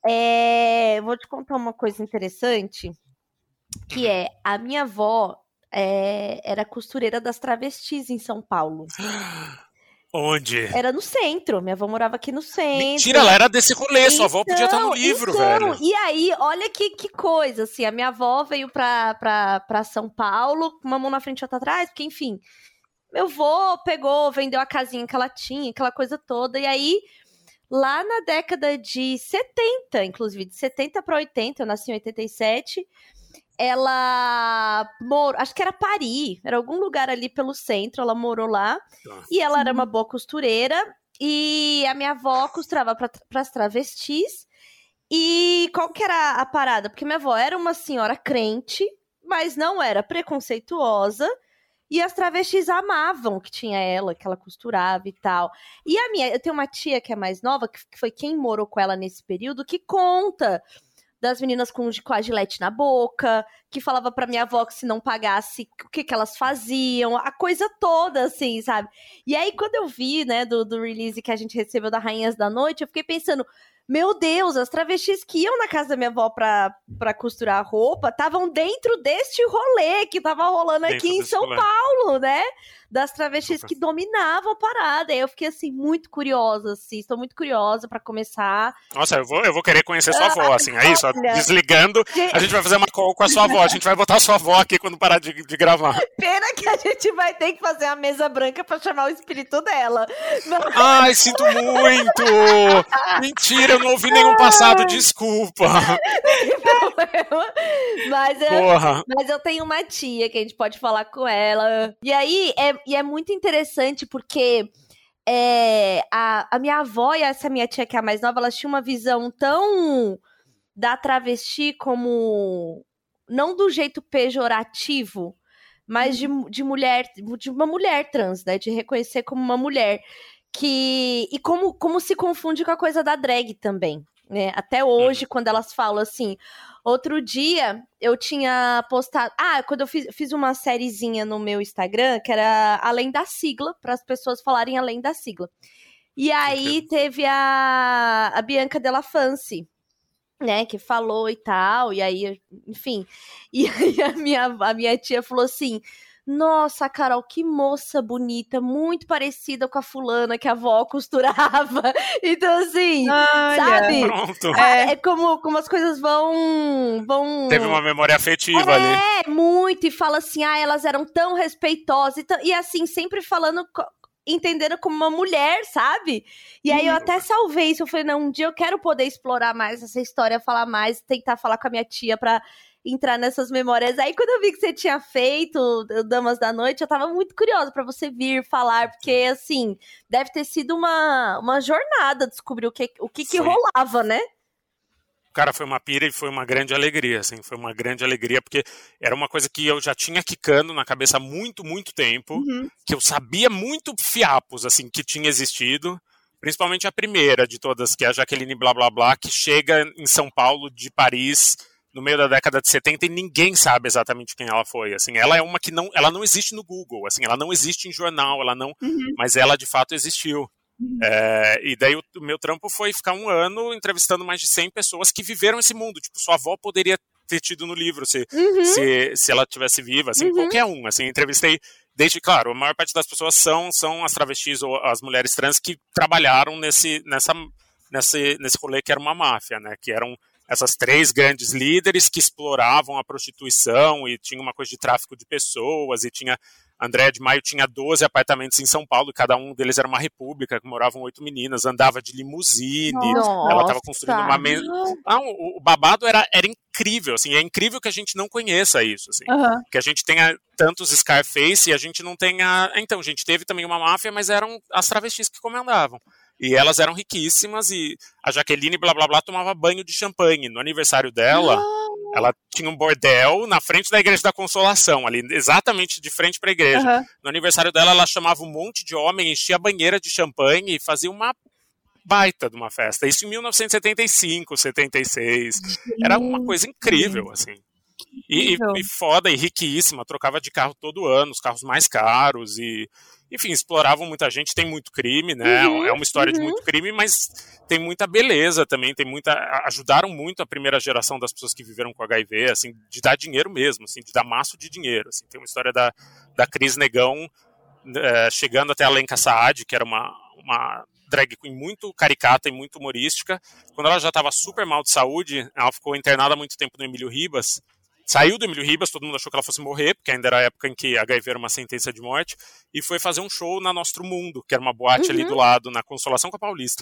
Speaker 1: É, vou te contar uma coisa interessante... Que é, a minha avó é, era costureira das travestis em São Paulo.
Speaker 4: Onde?
Speaker 1: Era no centro, minha avó morava aqui no centro.
Speaker 4: Mentira, ela era desse rolê,
Speaker 1: então,
Speaker 4: sua avó podia estar no livro,
Speaker 1: então,
Speaker 4: velho.
Speaker 1: E aí, olha que, que coisa, assim, a minha avó veio pra, pra, pra São Paulo, com uma mão na frente e outra atrás, porque, enfim, meu avô pegou, vendeu a casinha que ela tinha, aquela coisa toda, e aí... Lá na década de setenta, inclusive, de setenta para oitenta, eu nasci em oitenta e sete, ela morou, acho que era Paris, era algum lugar ali pelo centro, ela morou lá, ah, e ela sim. era uma boa costureira, e a minha avó costurava para as travestis, e qual que era a parada? Porque minha avó era uma senhora crente, mas não era preconceituosa, e as travestis amavam que tinha ela, que ela costurava e tal. E a minha, eu tenho uma tia que é mais nova, que foi quem morou com ela nesse período, que conta das meninas com, com a gilete na boca, que falava pra minha avó que se não pagasse, o que que elas faziam, a coisa toda, assim, sabe? E aí, quando eu vi, né, do, do release que a gente recebeu da Rainhas da Noite, eu fiquei pensando... Meu Deus, as travestis que iam na casa da minha avó pra, pra costurar a roupa estavam dentro deste rolê que tava rolando dentro aqui em São rolê. Paulo, né? Das travestis Super. Que dominavam a parada. E eu fiquei, assim, muito curiosa, assim. Estou muito curiosa pra começar.
Speaker 4: Nossa, eu vou, eu vou querer conhecer sua avó, assim. É isso, desligando, a gente vai fazer uma call com a sua avó. A gente vai botar a sua avó aqui quando parar de, de gravar.
Speaker 1: Pena que a gente vai ter que fazer a mesa branca pra chamar o espírito dela.
Speaker 4: Mas... Ai, sinto muito! Mentira, eu não ouvi nenhum passado, desculpa.
Speaker 1: Não tem problema. Mas eu, mas eu tenho uma tia que a gente pode falar com ela. E aí, é, e é muito interessante porque é, a, a minha avó e essa minha tia que é a mais nova, elas tinham uma visão tão da travesti como... Não do jeito pejorativo, mas de, de mulher, de uma mulher trans, né? De reconhecer como uma mulher. Que, e como, como se confunde com a coisa da drag também, né? Até hoje, uhum. quando elas falam assim... Outro dia, eu tinha postado... Ah, quando eu fiz, fiz uma sériezinha no meu Instagram, que era Além da Sigla, para as pessoas falarem Além da Sigla. E aí, uhum. teve a, a Bianca Della Fancy, né? Que falou e tal, e aí, enfim... E aí, a minha, a minha tia falou assim... Nossa, Carol, que moça bonita, muito parecida com a fulana que a avó costurava. Então, assim, olha, sabe?
Speaker 4: Pronto.
Speaker 1: É, é como, como as coisas vão, vão...
Speaker 4: Teve uma memória afetiva
Speaker 1: é,
Speaker 4: ali.
Speaker 1: É, muito. E fala assim, ah, elas eram tão respeitosas. E, t- e assim, sempre falando... entendendo como uma mulher, sabe? E aí eu até salvei isso. Eu falei, não, um dia eu quero poder explorar mais essa história, falar mais, tentar falar com a minha tia pra... entrar nessas memórias. Aí, quando eu vi que você tinha feito Damas da Noite, eu tava muito curiosa pra você vir falar, porque, assim, deve ter sido uma, uma jornada descobrir o que, o que, que rolava, né?
Speaker 4: Cara, foi uma pira e foi uma grande alegria, assim, foi uma grande alegria, porque era uma coisa que eu já tinha quicando na cabeça há muito, muito tempo,
Speaker 3: Uhum.
Speaker 4: que eu sabia muito fiapos, assim, que tinha existido, principalmente a primeira de todas, que é a Jaqueline Blá Blá Blá, que chega em São Paulo de Paris no meio da década de setenta e ninguém sabe exatamente quem ela foi, assim, ela é uma que não, ela não existe no Google, assim, ela não existe em jornal, ela não,
Speaker 3: Uhum.
Speaker 4: mas ela de fato existiu.
Speaker 3: Uhum.
Speaker 4: É, e daí o, o meu trampo foi ficar um ano entrevistando mais de cem pessoas que viveram esse mundo. Tipo, sua avó poderia ter tido no livro se,
Speaker 1: Uhum.
Speaker 4: se, se ela tivesse viva, assim,
Speaker 1: Uhum.
Speaker 4: qualquer um. Assim, entrevistei, desde, claro, a maior parte das pessoas são, são as travestis ou as mulheres trans que trabalharam nesse, nessa, nesse, nesse rolê que era uma máfia, né? Que eram essas três grandes líderes que exploravam a prostituição e tinha uma coisa de tráfico de pessoas e tinha... Andréa de Maio tinha doze apartamentos em São Paulo, e cada um deles era uma república, que moravam oito meninas, andava de limusine,
Speaker 1: Nossa.
Speaker 4: ela estava construindo uma... Me... Ah, o, o babado era, era incrível, assim, é incrível que a gente não conheça isso, assim,
Speaker 3: Uhum.
Speaker 4: que a gente tenha tantos Scarface e a gente não tenha... Então, a gente teve também uma máfia, mas eram as travestis que comandavam. E elas eram riquíssimas e a Jaqueline Blá Blá Blá tomava banho de champanhe. No aniversário dela, oh. ela tinha um bordel na frente da Igreja da Consolação, ali exatamente de frente para a igreja. Uhum. No aniversário dela, ela chamava um monte de homem, enchia a banheira de champanhe e fazia uma baita de uma festa. Isso em mil novecentos e setenta e cinco, setenta e seis. Era uma coisa incrível, assim. E, e, e foda, e riquíssima, trocava de carro todo ano, os carros mais caros e... Enfim, exploravam muita gente, tem muito crime, né? Uhum, é uma história uhum. de muito crime, mas tem muita beleza também, tem muita... Ajudaram muito a primeira geração das pessoas que viveram com H I V, assim, de dar dinheiro mesmo, assim, de dar maço de dinheiro, assim. Tem uma história da, da Cris Negão é, chegando até a Lenka Saad, que era uma, uma drag queen muito caricata e muito humorística. Quando ela já estava super mal de saúde, ela ficou internada há muito tempo no Emílio Ribas. Saiu do Emílio Ribas, todo mundo achou que ela fosse morrer, porque ainda era a época em que H I V era uma sentença de morte, e foi fazer um show na Nostro Mundo, que era uma boate uhum. ali do lado, na Consolação com a Paulista.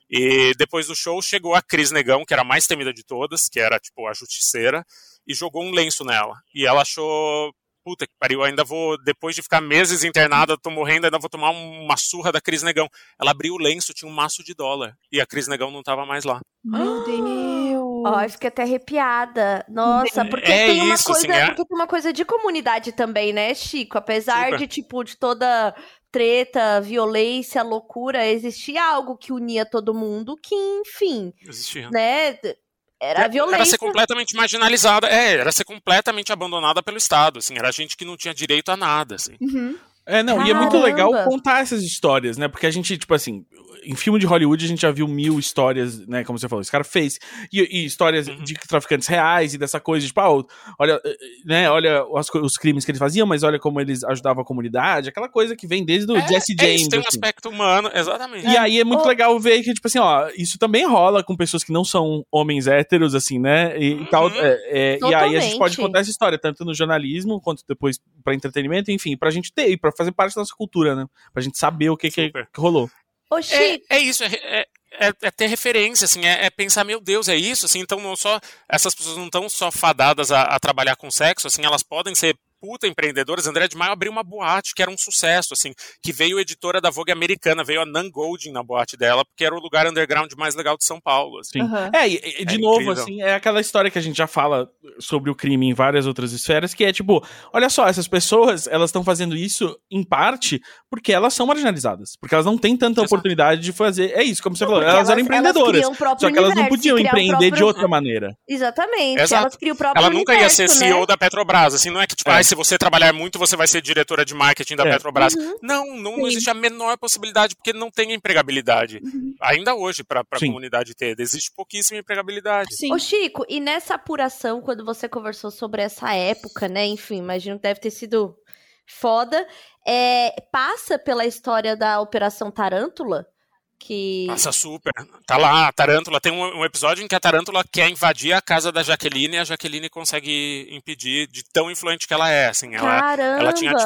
Speaker 4: E depois do show chegou a Cris Negão, que era a mais temida de todas, que era tipo a justiceira, e jogou um lenço nela. E ela achou, puta que pariu, ainda vou, depois de ficar meses internada, tô morrendo, ainda vou tomar uma surra da Cris Negão. Ela abriu o lenço, tinha um maço de dólar, e a Cris Negão não tava mais lá.
Speaker 3: Meu Deus!
Speaker 1: Ó, fiquei até arrepiada. Nossa, porque
Speaker 4: é
Speaker 1: tem uma
Speaker 4: isso,
Speaker 1: coisa,
Speaker 4: assim, é...
Speaker 1: porque tem uma coisa de comunidade também, né, Chico? Apesar
Speaker 4: Super.
Speaker 1: de tipo de toda treta, violência, loucura, existia algo que unia todo mundo, que enfim,
Speaker 4: existia.
Speaker 1: Né? Era a violência.
Speaker 4: Era ser completamente marginalizada, é, era ser completamente abandonada pelo Estado, assim, era gente que não tinha direito a nada, assim.
Speaker 3: Uhum.
Speaker 2: É, não,
Speaker 1: Caramba.
Speaker 2: E é muito legal contar essas histórias, né? Porque a gente, tipo assim, em filme de Hollywood a gente já viu mil histórias, né? Como você falou, esse cara fez. E, e histórias uhum. de traficantes reais e dessa coisa, tipo, ah, olha, né, olha os, os crimes que eles faziam, mas olha como eles ajudavam a comunidade, aquela coisa que vem desde o
Speaker 4: é,
Speaker 2: Jesse James.
Speaker 4: É isso, tem um
Speaker 2: assim.
Speaker 4: aspecto humano, exatamente.
Speaker 2: E aí é muito oh. legal ver que, tipo assim, ó, isso também rola com pessoas que não são homens héteros, assim, né? E,
Speaker 4: uhum.
Speaker 2: e tal. É, é, e aí a gente pode contar essa história, tanto no jornalismo quanto depois pra entretenimento, enfim, pra gente ter, e pra fazer parte da nossa cultura, né? Pra gente saber o que, que, que rolou.
Speaker 1: Ô, Chico.
Speaker 4: É, é isso, é, é, é, é ter referência, assim, é, é pensar, meu Deus, é isso, assim, então não só, essas pessoas não estão só fadadas a, a trabalhar com sexo, assim, elas podem ser puta empreendedoras. Andréa de Maio abriu uma boate que era um sucesso, assim, que veio editora da Vogue americana, veio a Nan Goldin na boate dela, porque era o lugar underground mais legal de São Paulo. Assim.
Speaker 2: Sim. Uhum. É, e, e de é novo, incrível. Assim, é aquela história que a gente já fala sobre o crime em várias outras esferas, que é tipo, olha só, essas pessoas, elas estão fazendo isso, em parte, porque elas são marginalizadas, porque elas não têm tanta Exato. Oportunidade de fazer, é isso, como você não, falou, elas, elas eram empreendedoras, só que elas não podiam empreender próprio... de outra maneira.
Speaker 1: Exatamente,
Speaker 4: Exato.
Speaker 1: Elas criam o próprio
Speaker 4: Ela nunca
Speaker 1: universo,
Speaker 4: ia ser C E O
Speaker 1: né?
Speaker 4: da Petrobras, assim, não é que, tipo, é. ah, se você trabalhar muito, você vai ser diretora de marketing da é. Petrobras. Uhum. Não, não, não existe a menor possibilidade, porque não tem empregabilidade. Uhum. Ainda hoje, para a comunidade ter, existe pouquíssima empregabilidade.
Speaker 1: Sim. Ô, Chico, e nessa apuração, quando você conversou sobre essa época, né, enfim, imagino que deve ter sido foda, é, passa pela história da Operação Tarântula? Que...
Speaker 4: Passa super. Tá lá, a Tarântula. Tem um, um episódio em que a Tarântula quer invadir a casa da Jaqueline e a Jaqueline consegue impedir de tão influente que ela é. Assim, ela,
Speaker 1: Caramba!
Speaker 4: Ela tinha, tipo,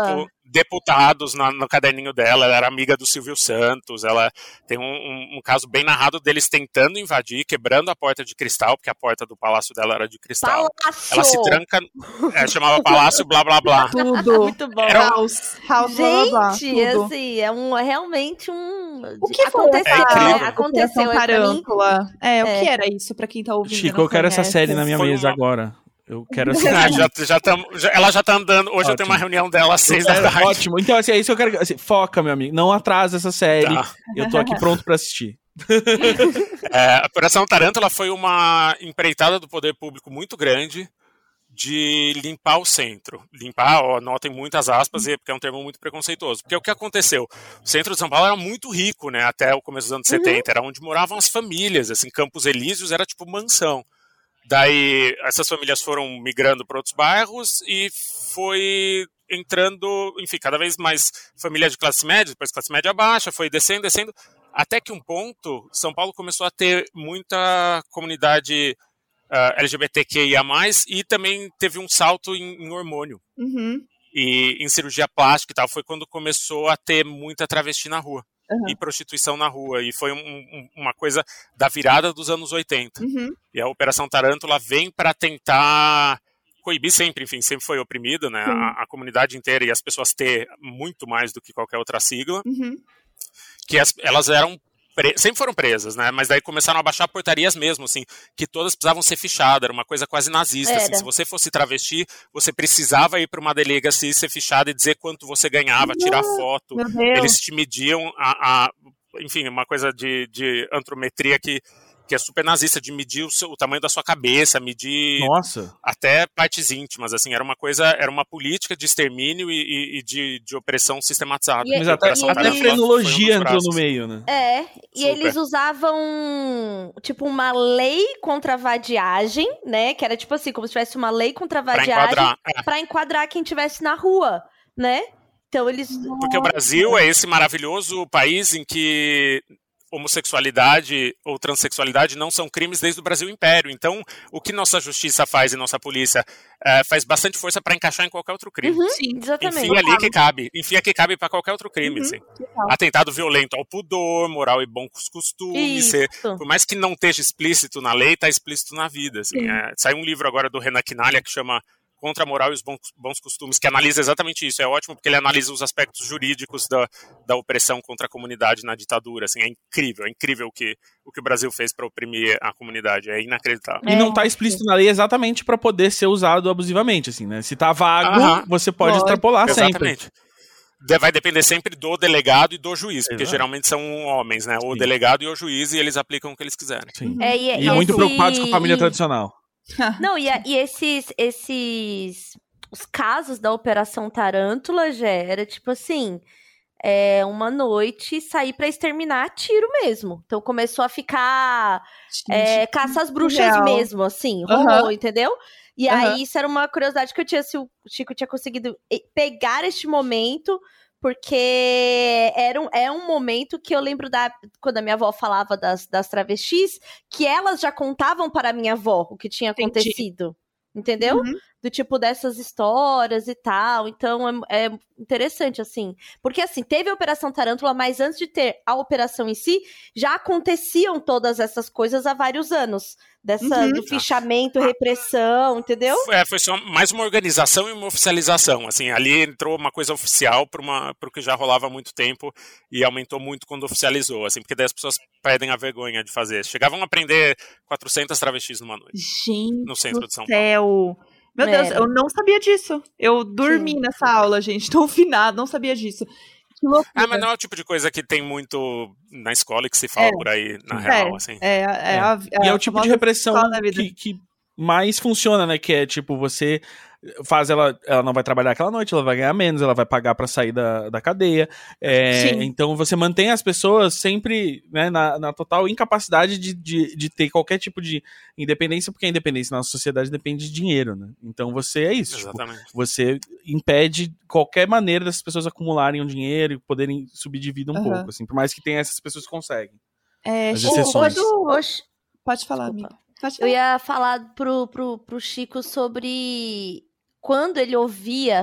Speaker 4: deputados na, no caderninho dela, ela era amiga do Silvio Santos, ela tem um, um, um caso bem narrado deles tentando invadir, quebrando a porta de cristal, porque a porta do palácio dela era de cristal.
Speaker 1: Palácio!
Speaker 4: Ela se tranca, é, chamava Palácio blá blá blá.
Speaker 3: Tudo.
Speaker 1: Muito bom.
Speaker 4: Era um-
Speaker 3: House, house, blá, blá, blá,
Speaker 1: Gente,
Speaker 3: tudo.
Speaker 1: assim, é um, é realmente um...
Speaker 3: O que
Speaker 1: aconteceu,
Speaker 3: foi
Speaker 4: É
Speaker 3: essa
Speaker 4: incrível.
Speaker 1: né? Aconteceu,
Speaker 3: Operação
Speaker 1: é pra mim.
Speaker 3: Tarântula? É, o
Speaker 1: É.
Speaker 3: que era isso, pra quem tá ouvindo?
Speaker 2: Chico,
Speaker 3: não
Speaker 2: eu quero essa
Speaker 3: conhece?
Speaker 2: série na minha
Speaker 4: Foi
Speaker 2: mesa
Speaker 4: uma-
Speaker 2: agora. Eu quero essa
Speaker 4: Ah,
Speaker 2: série.
Speaker 4: já, já tamo, já- ela já tá andando. Hoje eu tenho
Speaker 2: Ótimo.
Speaker 4: uma reunião dela às seis da
Speaker 2: É,
Speaker 4: tarde.
Speaker 2: ótimo. Então, assim, é isso que eu quero. Assim, foca, meu amigo. Não atrasa essa série.
Speaker 4: Tá.
Speaker 2: Eu tô aqui pronto pra assistir.
Speaker 4: É, a Operação Tarântula foi uma empreitada do poder público muito grande de limpar o centro. Limpar, ó, notem muitas aspas, porque é um termo muito preconceituoso. Porque o que aconteceu? O centro de São Paulo era muito rico, né? Até o começo dos anos setenta. Era onde moravam as famílias. Assim, Campos Elíseos era tipo mansão. Daí, essas famílias foram migrando para outros bairros e foi entrando, enfim, cada vez mais família de classe média, depois classe média baixa, foi descendo, descendo, até que um ponto, São Paulo começou a ter muita comunidade uh, L G B T Q I A mais, e também teve um salto em, em hormônio
Speaker 3: Uhum.
Speaker 4: e em cirurgia plástica e tal. Foi quando começou a ter muita travesti na rua.
Speaker 3: Uhum.
Speaker 4: E prostituição na rua, e foi um, um, uma coisa da virada dos anos oitenta.
Speaker 3: Uhum.
Speaker 4: E a Operação Tarântula vem para tentar coibir sempre, enfim, sempre foi oprimido, né, a, a comunidade inteira e as pessoas ter muito mais do que qualquer outra sigla,
Speaker 3: Uhum.
Speaker 4: que as, elas eram, pre, sempre foram presas, né, mas daí começaram a baixar portarias mesmo, assim, que todas precisavam ser fichadas, era uma coisa quase nazista, assim,
Speaker 1: Era.
Speaker 4: se você fosse travesti, você precisava ir para uma delegacia e ser fichada e dizer quanto você ganhava, tirar foto,
Speaker 3: Meu Deus.
Speaker 4: eles te mediam a, a enfim, uma coisa de, de antrometria que, que é super nazista, de medir o, seu, o tamanho da sua cabeça, medir
Speaker 2: Nossa.
Speaker 4: até partes íntimas, assim, era uma coisa, era uma política de extermínio e, e, e de, de opressão sistematizada.
Speaker 1: E-
Speaker 2: Mas
Speaker 1: e-
Speaker 2: até,
Speaker 1: e
Speaker 2: até a
Speaker 1: eles-
Speaker 2: frenologia
Speaker 4: foi um dos
Speaker 2: entrou no
Speaker 4: braços.
Speaker 2: meio, né?
Speaker 1: É, e
Speaker 4: Super.
Speaker 1: eles usavam, tipo, uma lei contra a vadiagem, né? Que era tipo assim, como se tivesse uma lei contra a
Speaker 4: Pra
Speaker 1: vadiagem
Speaker 4: enquadrar. É,
Speaker 1: pra enquadrar quem tivesse na rua, né? Então eles...
Speaker 4: porque o Brasil é esse maravilhoso país em que homossexualidade ou transexualidade não são crimes desde o Brasil Império. Então, o que nossa justiça faz e nossa polícia é, faz bastante força para encaixar em qualquer outro crime.
Speaker 1: Uhum,
Speaker 3: Sim.
Speaker 1: exatamente.
Speaker 4: Enfia ali que cabe. Enfia que cabe para qualquer outro crime.
Speaker 3: Uhum,
Speaker 4: Assim.
Speaker 3: total.
Speaker 4: Atentado violento ao pudor, moral e bons costumes. Ser,
Speaker 1: Isso.
Speaker 4: por mais que não esteja explícito na lei, está explícito na vida. Assim. É, saiu um livro agora do Renan Quinalha que chama Contra a Moral e os Bons, bons Costumes, que analisa exatamente isso. É ótimo porque ele analisa os aspectos jurídicos da, da opressão contra a comunidade na ditadura. Assim, é incrível, é incrível o que o, que o Brasil fez para oprimir a comunidade. É inacreditável.
Speaker 2: E não tá explícito na lei exatamente pra poder ser usado abusivamente, assim, né? Se tá vago,
Speaker 4: Aham.
Speaker 2: você pode
Speaker 3: Pode.
Speaker 2: extrapolar sempre.
Speaker 4: Exatamente. De- Vai depender sempre do delegado e do juiz, porque
Speaker 2: Exato.
Speaker 4: geralmente são homens, né? O
Speaker 2: Sim.
Speaker 4: delegado e o juiz, e eles aplicam o que eles quiserem.
Speaker 2: Sim.
Speaker 1: É, e,
Speaker 2: E muito
Speaker 1: esse-
Speaker 2: preocupados com a família
Speaker 1: e-
Speaker 2: tradicional.
Speaker 1: Não, e, a- e esses, esses... Os casos da Operação Tarântula já era, tipo assim... É, uma noite sair pra exterminar a tiro mesmo. Então começou a ficar... É, caça às bruxas
Speaker 3: Real.
Speaker 1: mesmo, assim, rolou,
Speaker 3: Aham.
Speaker 1: entendeu? E
Speaker 3: Aham.
Speaker 1: aí, isso era uma curiosidade que eu tinha, se o Chico tinha conseguido e- pegar este momento, porque era um, é um momento que eu lembro da, quando a minha avó falava das, das travestis, que elas já contavam para a minha avó o que tinha
Speaker 3: Entendi.
Speaker 1: acontecido, entendeu?
Speaker 3: Uhum.
Speaker 1: Do tipo dessas histórias e tal. Então é, é interessante, assim. Porque, assim, teve a Operação Tarântula, mas antes de ter a operação em si, já aconteciam todas essas coisas há vários anos. Dessa,
Speaker 3: Uhum.
Speaker 1: do fichamento, repressão, entendeu?
Speaker 4: É, foi só mais uma organização e uma oficialização. Assim, ali entrou uma coisa oficial para o que já rolava há muito tempo e aumentou muito quando oficializou. Assim, porque daí as pessoas perdem a vergonha de fazer. Chegavam a prender quatrocentas travestis numa noite.
Speaker 3: Gente
Speaker 4: No centro
Speaker 3: do
Speaker 4: de São
Speaker 3: céu. Meu Deus,
Speaker 1: Era.
Speaker 3: eu não sabia disso. Eu dormi
Speaker 1: Sim.
Speaker 3: nessa aula, gente. Não ouvi nada, não sabia disso. Que loucura.
Speaker 4: Ah, mas não é o tipo de coisa que tem muito na escola e que se fala
Speaker 3: É.
Speaker 4: por aí, na
Speaker 3: É,
Speaker 4: real, assim.
Speaker 3: é, é,
Speaker 2: É.
Speaker 3: a,
Speaker 2: E é
Speaker 3: a
Speaker 2: o tipo de
Speaker 3: famosa
Speaker 2: repressão
Speaker 3: escola da vida.
Speaker 2: que, que mais funciona, né? Que é tipo, você faz ela, ela não vai trabalhar aquela noite, ela vai ganhar menos, ela vai pagar pra sair da, da cadeia. É,
Speaker 3: Sim.
Speaker 2: então você mantém as pessoas sempre, né, na, na total incapacidade de, de, de ter qualquer tipo de independência, porque a independência na nossa sociedade depende de dinheiro, né? Então você é isso. Tipo,
Speaker 4: Exatamente.
Speaker 2: você impede qualquer maneira dessas pessoas acumularem um dinheiro e poderem subir de vida um
Speaker 3: Aham.
Speaker 2: pouco, assim, por mais que tenha essas pessoas que conseguem.
Speaker 3: É,
Speaker 2: As
Speaker 3: Chico,
Speaker 2: exceções.
Speaker 3: quando-
Speaker 1: Oxe,
Speaker 3: Pode falar,
Speaker 1: Desculpa.
Speaker 3: amiga. Pode
Speaker 1: eu
Speaker 3: falar.
Speaker 1: ia falar pro, pro, pro Chico sobre quando ele ouvia,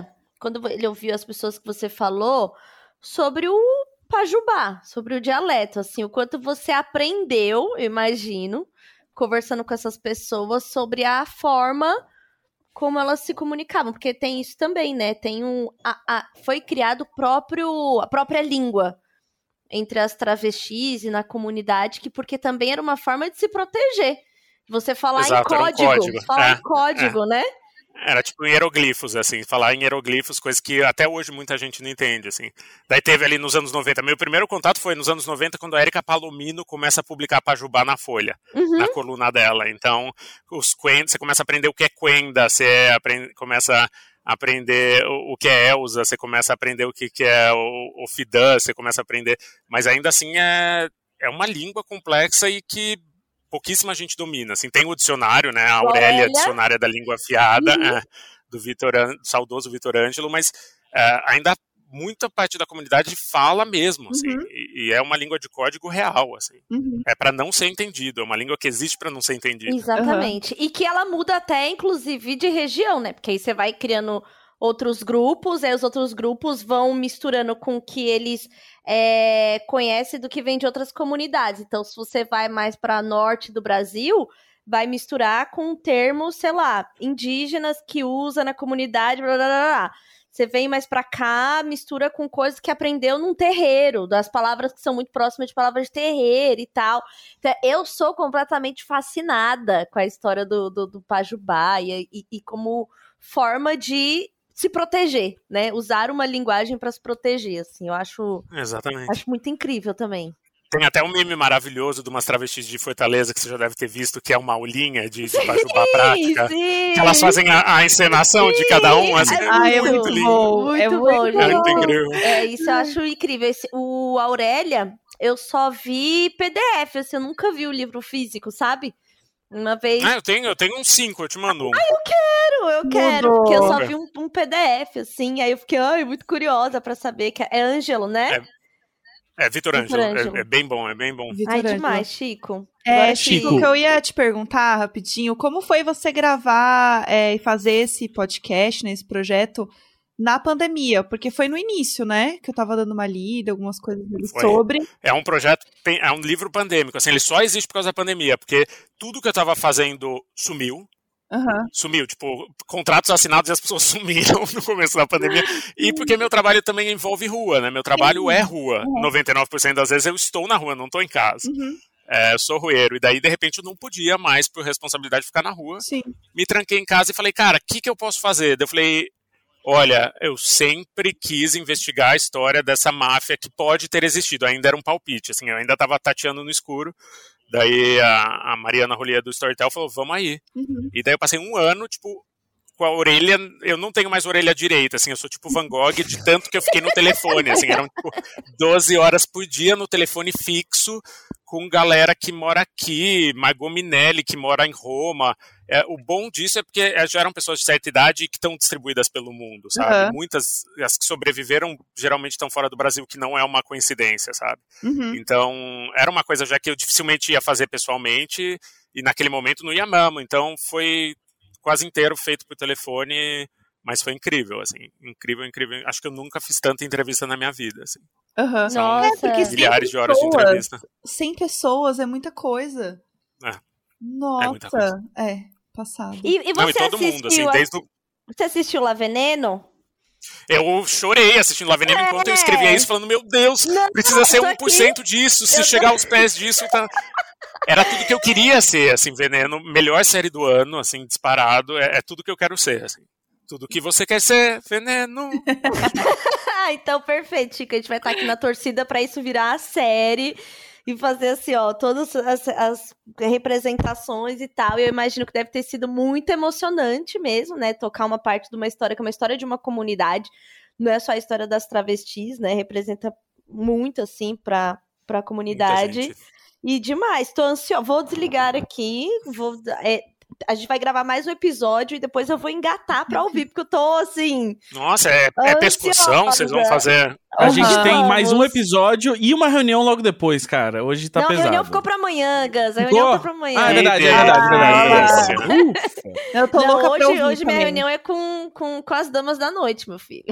Speaker 1: quando ele ouviu as pessoas que você falou, sobre o pajubá, sobre o dialeto, assim, o quanto você aprendeu, eu imagino, conversando com essas pessoas sobre a forma como elas se comunicavam, porque tem isso também, né? Tem um, a, a, foi criado próprio, a própria língua entre as travestis e na comunidade, que porque também era uma forma de se proteger. Você falar
Speaker 4: Exato,
Speaker 1: em código,
Speaker 4: um código.
Speaker 1: falar
Speaker 4: É,
Speaker 1: em código,
Speaker 4: é.
Speaker 1: né?
Speaker 4: Era tipo em hieroglifos, assim, falar em hieroglifos, coisa que até hoje muita gente não entende, assim. Daí teve ali nos anos noventa, meu primeiro contato foi nos anos noventa, quando a Érica Palomino começa a publicar Pajubá na Folha,
Speaker 1: Uhum.
Speaker 4: na coluna dela. Então, os quendas, você começa a aprender o que é quenda, você aprende, começa a aprender o, o que é Elza, você começa a aprender o que, que é o, o Fidã, você começa a aprender, mas ainda assim é, é uma língua complexa e que pouquíssima gente domina, assim, tem o dicionário, né, a Aurélia,
Speaker 1: Aurélia.
Speaker 4: dicionária da língua afiada,
Speaker 1: Uhum.
Speaker 4: é, do, Vitor, do saudoso Vitor Ângelo, mas é, ainda muita parte da comunidade fala mesmo, assim,
Speaker 3: Uhum.
Speaker 4: e, e é uma língua de código real, assim,
Speaker 3: Uhum.
Speaker 4: é para não ser entendido, é uma língua que existe para não ser entendida.
Speaker 1: Exatamente. Uhum. E que ela muda até, inclusive, de região, né? Porque aí você vai criando outros grupos, aí os outros grupos vão misturando com o que eles é, conhecem do que vem de outras comunidades. Então, se você vai mais para norte do Brasil, vai misturar com termos, sei lá, indígenas que usa na comunidade, blá, blá, blá, blá. Você vem mais pra cá, mistura com coisas que aprendeu num terreiro, das palavras que são muito próximas de palavras de terreiro e tal. Então, eu sou completamente fascinada com a história do, do, do Pajubá e, e, e como forma de se proteger, né? Usar uma linguagem para se proteger, assim. Eu acho,
Speaker 4: Exatamente.
Speaker 1: acho muito incrível também.
Speaker 4: Tem até um meme maravilhoso de umas travestis de Fortaleza que você já deve ter visto, que é uma aulinha de, de Pajubá prática.
Speaker 1: Sim.
Speaker 4: Que elas fazem a, a encenação sim. de cada um. Assim,
Speaker 1: é,
Speaker 4: é,
Speaker 3: ah,
Speaker 4: muito,
Speaker 3: é muito
Speaker 4: lindo.
Speaker 3: bom.
Speaker 1: Muito
Speaker 3: é
Speaker 1: bom,
Speaker 3: muito
Speaker 1: gente.
Speaker 4: É muito incrível.
Speaker 1: É, isso eu acho incrível. Esse, o Aurélia, eu só vi P D F, assim, eu nunca vi o livro físico, sabe? Uma vez...
Speaker 4: Ah, eu tenho, eu tenho uns cinco, eu te mando um.
Speaker 1: Ah, eu quero, eu quero,
Speaker 3: Mudou.
Speaker 1: porque eu só vi um, um P D F, assim, aí eu fiquei, ai, muito curiosa pra saber, que é Ângelo, né?
Speaker 4: É. É, Vitor Ângelo, é, é bem bom, é bem bom.
Speaker 1: Vitor Ai, Ângelo. Demais, Chico.
Speaker 3: É,
Speaker 1: Agora,
Speaker 3: Chico, o que eu ia te perguntar rapidinho, como foi você gravar é, e fazer esse podcast, né, esse projeto, na pandemia? Porque foi no início, né, que eu tava dando uma lida, algumas coisas
Speaker 4: foi.
Speaker 3: sobre.
Speaker 4: É um projeto, é um livro pandêmico, assim, ele só existe por causa da pandemia, porque tudo que eu tava fazendo sumiu.
Speaker 3: Uhum.
Speaker 4: Sumiu, tipo, contratos assinados e as pessoas sumiram no começo da pandemia. E porque meu trabalho também envolve rua, né? Meu trabalho é rua. Uhum. noventa e nove por cento das vezes eu estou na rua, não estou em casa.
Speaker 3: Uhum.
Speaker 4: É, sou rueiro. E daí, de repente, eu não podia mais, por responsabilidade, de ficar na rua.
Speaker 3: Sim.
Speaker 4: Me tranquei em casa e falei, cara, o que, que eu posso fazer? Daí eu falei, olha, eu sempre quis investigar a história dessa máfia que pode ter existido. Ainda era um palpite, assim, eu ainda estava tateando no escuro. Daí a, a Mariana Rolier do Storytel falou, vamos aí. Uhum. E daí eu passei um ano, tipo, com a orelha, eu não tenho mais orelha direita, assim, eu sou tipo Van Gogh de tanto que eu fiquei no telefone, assim, eram tipo doze horas por dia no telefone fixo, com galera que mora aqui, Margot Minelli, que mora em Roma. É, o bom disso é porque já eram pessoas de certa idade que estão distribuídas pelo mundo, sabe? Uhum. Muitas, as que sobreviveram, geralmente estão fora do Brasil, que não é uma coincidência, sabe? Uhum. Então, era uma coisa já que eu dificilmente ia fazer pessoalmente, e naquele momento não ia mesmo. Então, foi quase inteiro feito por telefone, mas foi incrível, assim. Incrível, incrível. Acho que eu nunca fiz tanta entrevista na minha vida, assim.
Speaker 3: Uhum.
Speaker 4: São
Speaker 1: Nossa.
Speaker 3: É,
Speaker 4: milhares de horas
Speaker 3: pessoas,
Speaker 4: de entrevista.
Speaker 3: cem pessoas é muita coisa.
Speaker 4: É.
Speaker 3: Nossa.
Speaker 4: É muita coisa.
Speaker 3: É, passado.
Speaker 1: E, e você
Speaker 4: Não, e todo
Speaker 1: assistiu
Speaker 4: mundo, assim,
Speaker 1: a...
Speaker 4: desde o...
Speaker 1: Você assistiu La Veneno?
Speaker 4: Eu chorei assistindo La Veneno é. enquanto eu escrevia isso, falando, meu Deus,
Speaker 1: não,
Speaker 4: precisa
Speaker 1: não,
Speaker 4: ser um por cento
Speaker 1: aqui.
Speaker 4: disso, se
Speaker 1: eu
Speaker 4: chegar
Speaker 1: tô...
Speaker 4: aos pés disso, tá... Era tudo que eu queria ser, assim, Veneno, melhor série do ano, assim, disparado, é, é tudo que eu quero ser, assim. Tudo que você quer ser, Veneno.
Speaker 1: Então, perfeito, Chico, a gente vai estar aqui na torcida pra isso virar a série e fazer assim, ó, todas as, as representações e tal, e eu imagino que deve ter sido muito emocionante mesmo, né, tocar uma parte de uma história que é uma história de uma comunidade, não é só a história das travestis, né, representa muito, assim, pra, pra comunidade, e demais, tô ansiosa, vou desligar aqui, vou, é, a gente vai gravar mais um episódio e depois eu vou engatar pra ouvir, porque eu tô, assim...
Speaker 4: Nossa, é, é percussão? Vocês vão fazer...
Speaker 2: A gente
Speaker 1: Uhum.
Speaker 2: tem mais um
Speaker 1: Vamos.
Speaker 2: episódio e uma reunião logo depois, cara. Hoje tá
Speaker 1: Não,
Speaker 2: pesado.
Speaker 1: a reunião ficou pra amanhã, Gus. A
Speaker 2: Ficou?
Speaker 1: reunião foi pra amanhã.
Speaker 2: Ah, é verdade, é
Speaker 4: Eita.
Speaker 2: verdade, é verdade.
Speaker 4: Ah.
Speaker 2: Ufa.
Speaker 3: Eu tô
Speaker 1: Não,
Speaker 3: louca
Speaker 1: hoje,
Speaker 3: pra ouvir
Speaker 1: hoje minha
Speaker 3: também.
Speaker 1: reunião é com, com, com as damas da noite, meu filho.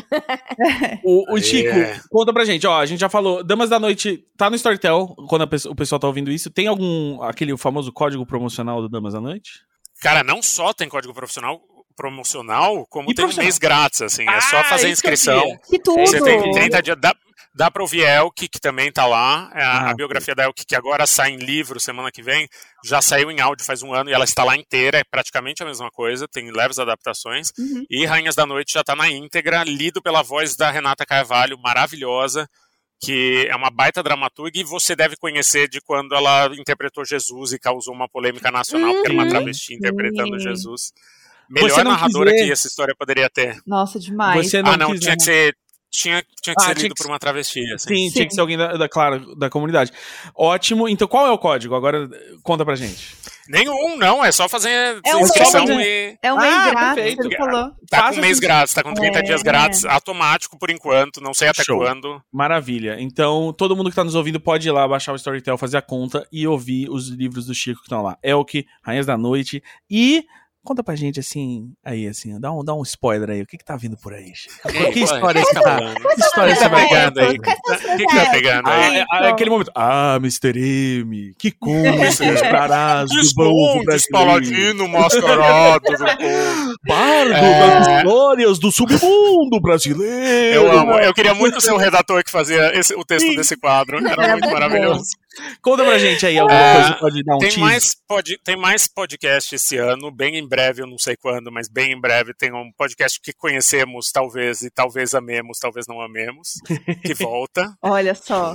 Speaker 2: O, o Chico,
Speaker 4: É.
Speaker 2: conta pra gente, ó, a gente já falou, Damas da Noite tá no Storytel, quando a pessoa- o pessoal tá ouvindo isso, tem algum, aquele famoso código promocional do Damas da Noite?
Speaker 4: Cara, não só tem código profissional, promocional, como
Speaker 2: E
Speaker 4: tem um
Speaker 2: profissional?
Speaker 4: mês grátis, assim. É só
Speaker 2: Ah,
Speaker 4: fazer
Speaker 2: isso que eu
Speaker 4: inscrição.
Speaker 2: queria.
Speaker 3: Que tudo!
Speaker 4: Você tem trinta dias. Dá, dá pra ouvir Elke, que também tá lá. É, a,
Speaker 2: Ah,
Speaker 4: a biografia da Elke, que agora sai em livro semana que vem, já saiu em áudio faz um ano e ela está lá inteira. É praticamente a mesma coisa, tem leves adaptações.
Speaker 3: Uhum.
Speaker 4: E Rainhas da Noite já tá na íntegra, lido pela voz da Renata Carvalho, maravilhosa, que é uma baita dramaturga e você deve conhecer de quando ela interpretou Jesus e causou uma polêmica nacional, porque era uma
Speaker 2: Uhum.
Speaker 4: travesti interpretando
Speaker 3: Sim.
Speaker 4: Jesus.
Speaker 2: Você
Speaker 4: Melhor
Speaker 2: não
Speaker 4: narradora
Speaker 2: quiser-
Speaker 4: que essa história poderia ter.
Speaker 3: Nossa, demais.
Speaker 2: Você não
Speaker 4: ah, não,
Speaker 2: quiser-
Speaker 4: tinha que ser. Tinha, tinha que
Speaker 2: Ah,
Speaker 4: ser
Speaker 2: tinha
Speaker 4: lido
Speaker 2: que
Speaker 4: por uma travesti, assim.
Speaker 2: Sim,
Speaker 3: Sim.
Speaker 2: tinha que ser alguém da, da, claro, da comunidade. Ótimo, então qual é o código? Agora conta pra gente.
Speaker 4: Nenhum, não, é só fazer
Speaker 3: É um
Speaker 4: inscrição
Speaker 2: mês.
Speaker 4: e.
Speaker 3: É um
Speaker 2: Ah,
Speaker 3: mês grátis,
Speaker 2: perfeito.
Speaker 3: ele falou.
Speaker 4: Tá
Speaker 2: Faça
Speaker 4: com um mês
Speaker 2: assim.
Speaker 4: grátis, tá com trinta
Speaker 3: É.
Speaker 4: dias grátis, automático por enquanto, não sei até
Speaker 2: Show.
Speaker 4: quando.
Speaker 2: Maravilha. Então, todo mundo que tá nos ouvindo pode ir lá baixar o Storytel, fazer a conta e ouvir os livros do Chico que estão lá. Elke, Rainhas da Noite e... Conta pra gente, assim, aí, assim, dá um, dá um spoiler aí. O que que tá vindo por aí, Chico? Que história você tá... Que história
Speaker 4: O que
Speaker 2: você
Speaker 4: tá
Speaker 2: vai...
Speaker 4: pegando aí?
Speaker 3: Quais são
Speaker 4: O
Speaker 3: os
Speaker 4: que que tá pegando
Speaker 2: Ah,
Speaker 4: aí?
Speaker 2: é, é aquele momento. Ah, mister M, que contas trarás do povo
Speaker 4: Desmontes,
Speaker 2: brasileiro.
Speaker 4: paladino mascarado do povo.
Speaker 2: Bardo
Speaker 4: É.
Speaker 2: das histórias do submundo brasileiro.
Speaker 4: Eu amo, eu queria muito ser o redator que fazia esse- o texto desse quadro, era muito maravilhoso.
Speaker 2: Conta pra gente aí alguma
Speaker 4: É,
Speaker 2: coisa que pode dar um
Speaker 4: Tem
Speaker 2: teaser.
Speaker 4: mais, pod, tem mais podcast esse ano, bem em breve, eu não sei quando, mas bem em breve tem um podcast que conhecemos, talvez, e talvez amemos, talvez não amemos, que volta.
Speaker 3: Olha só.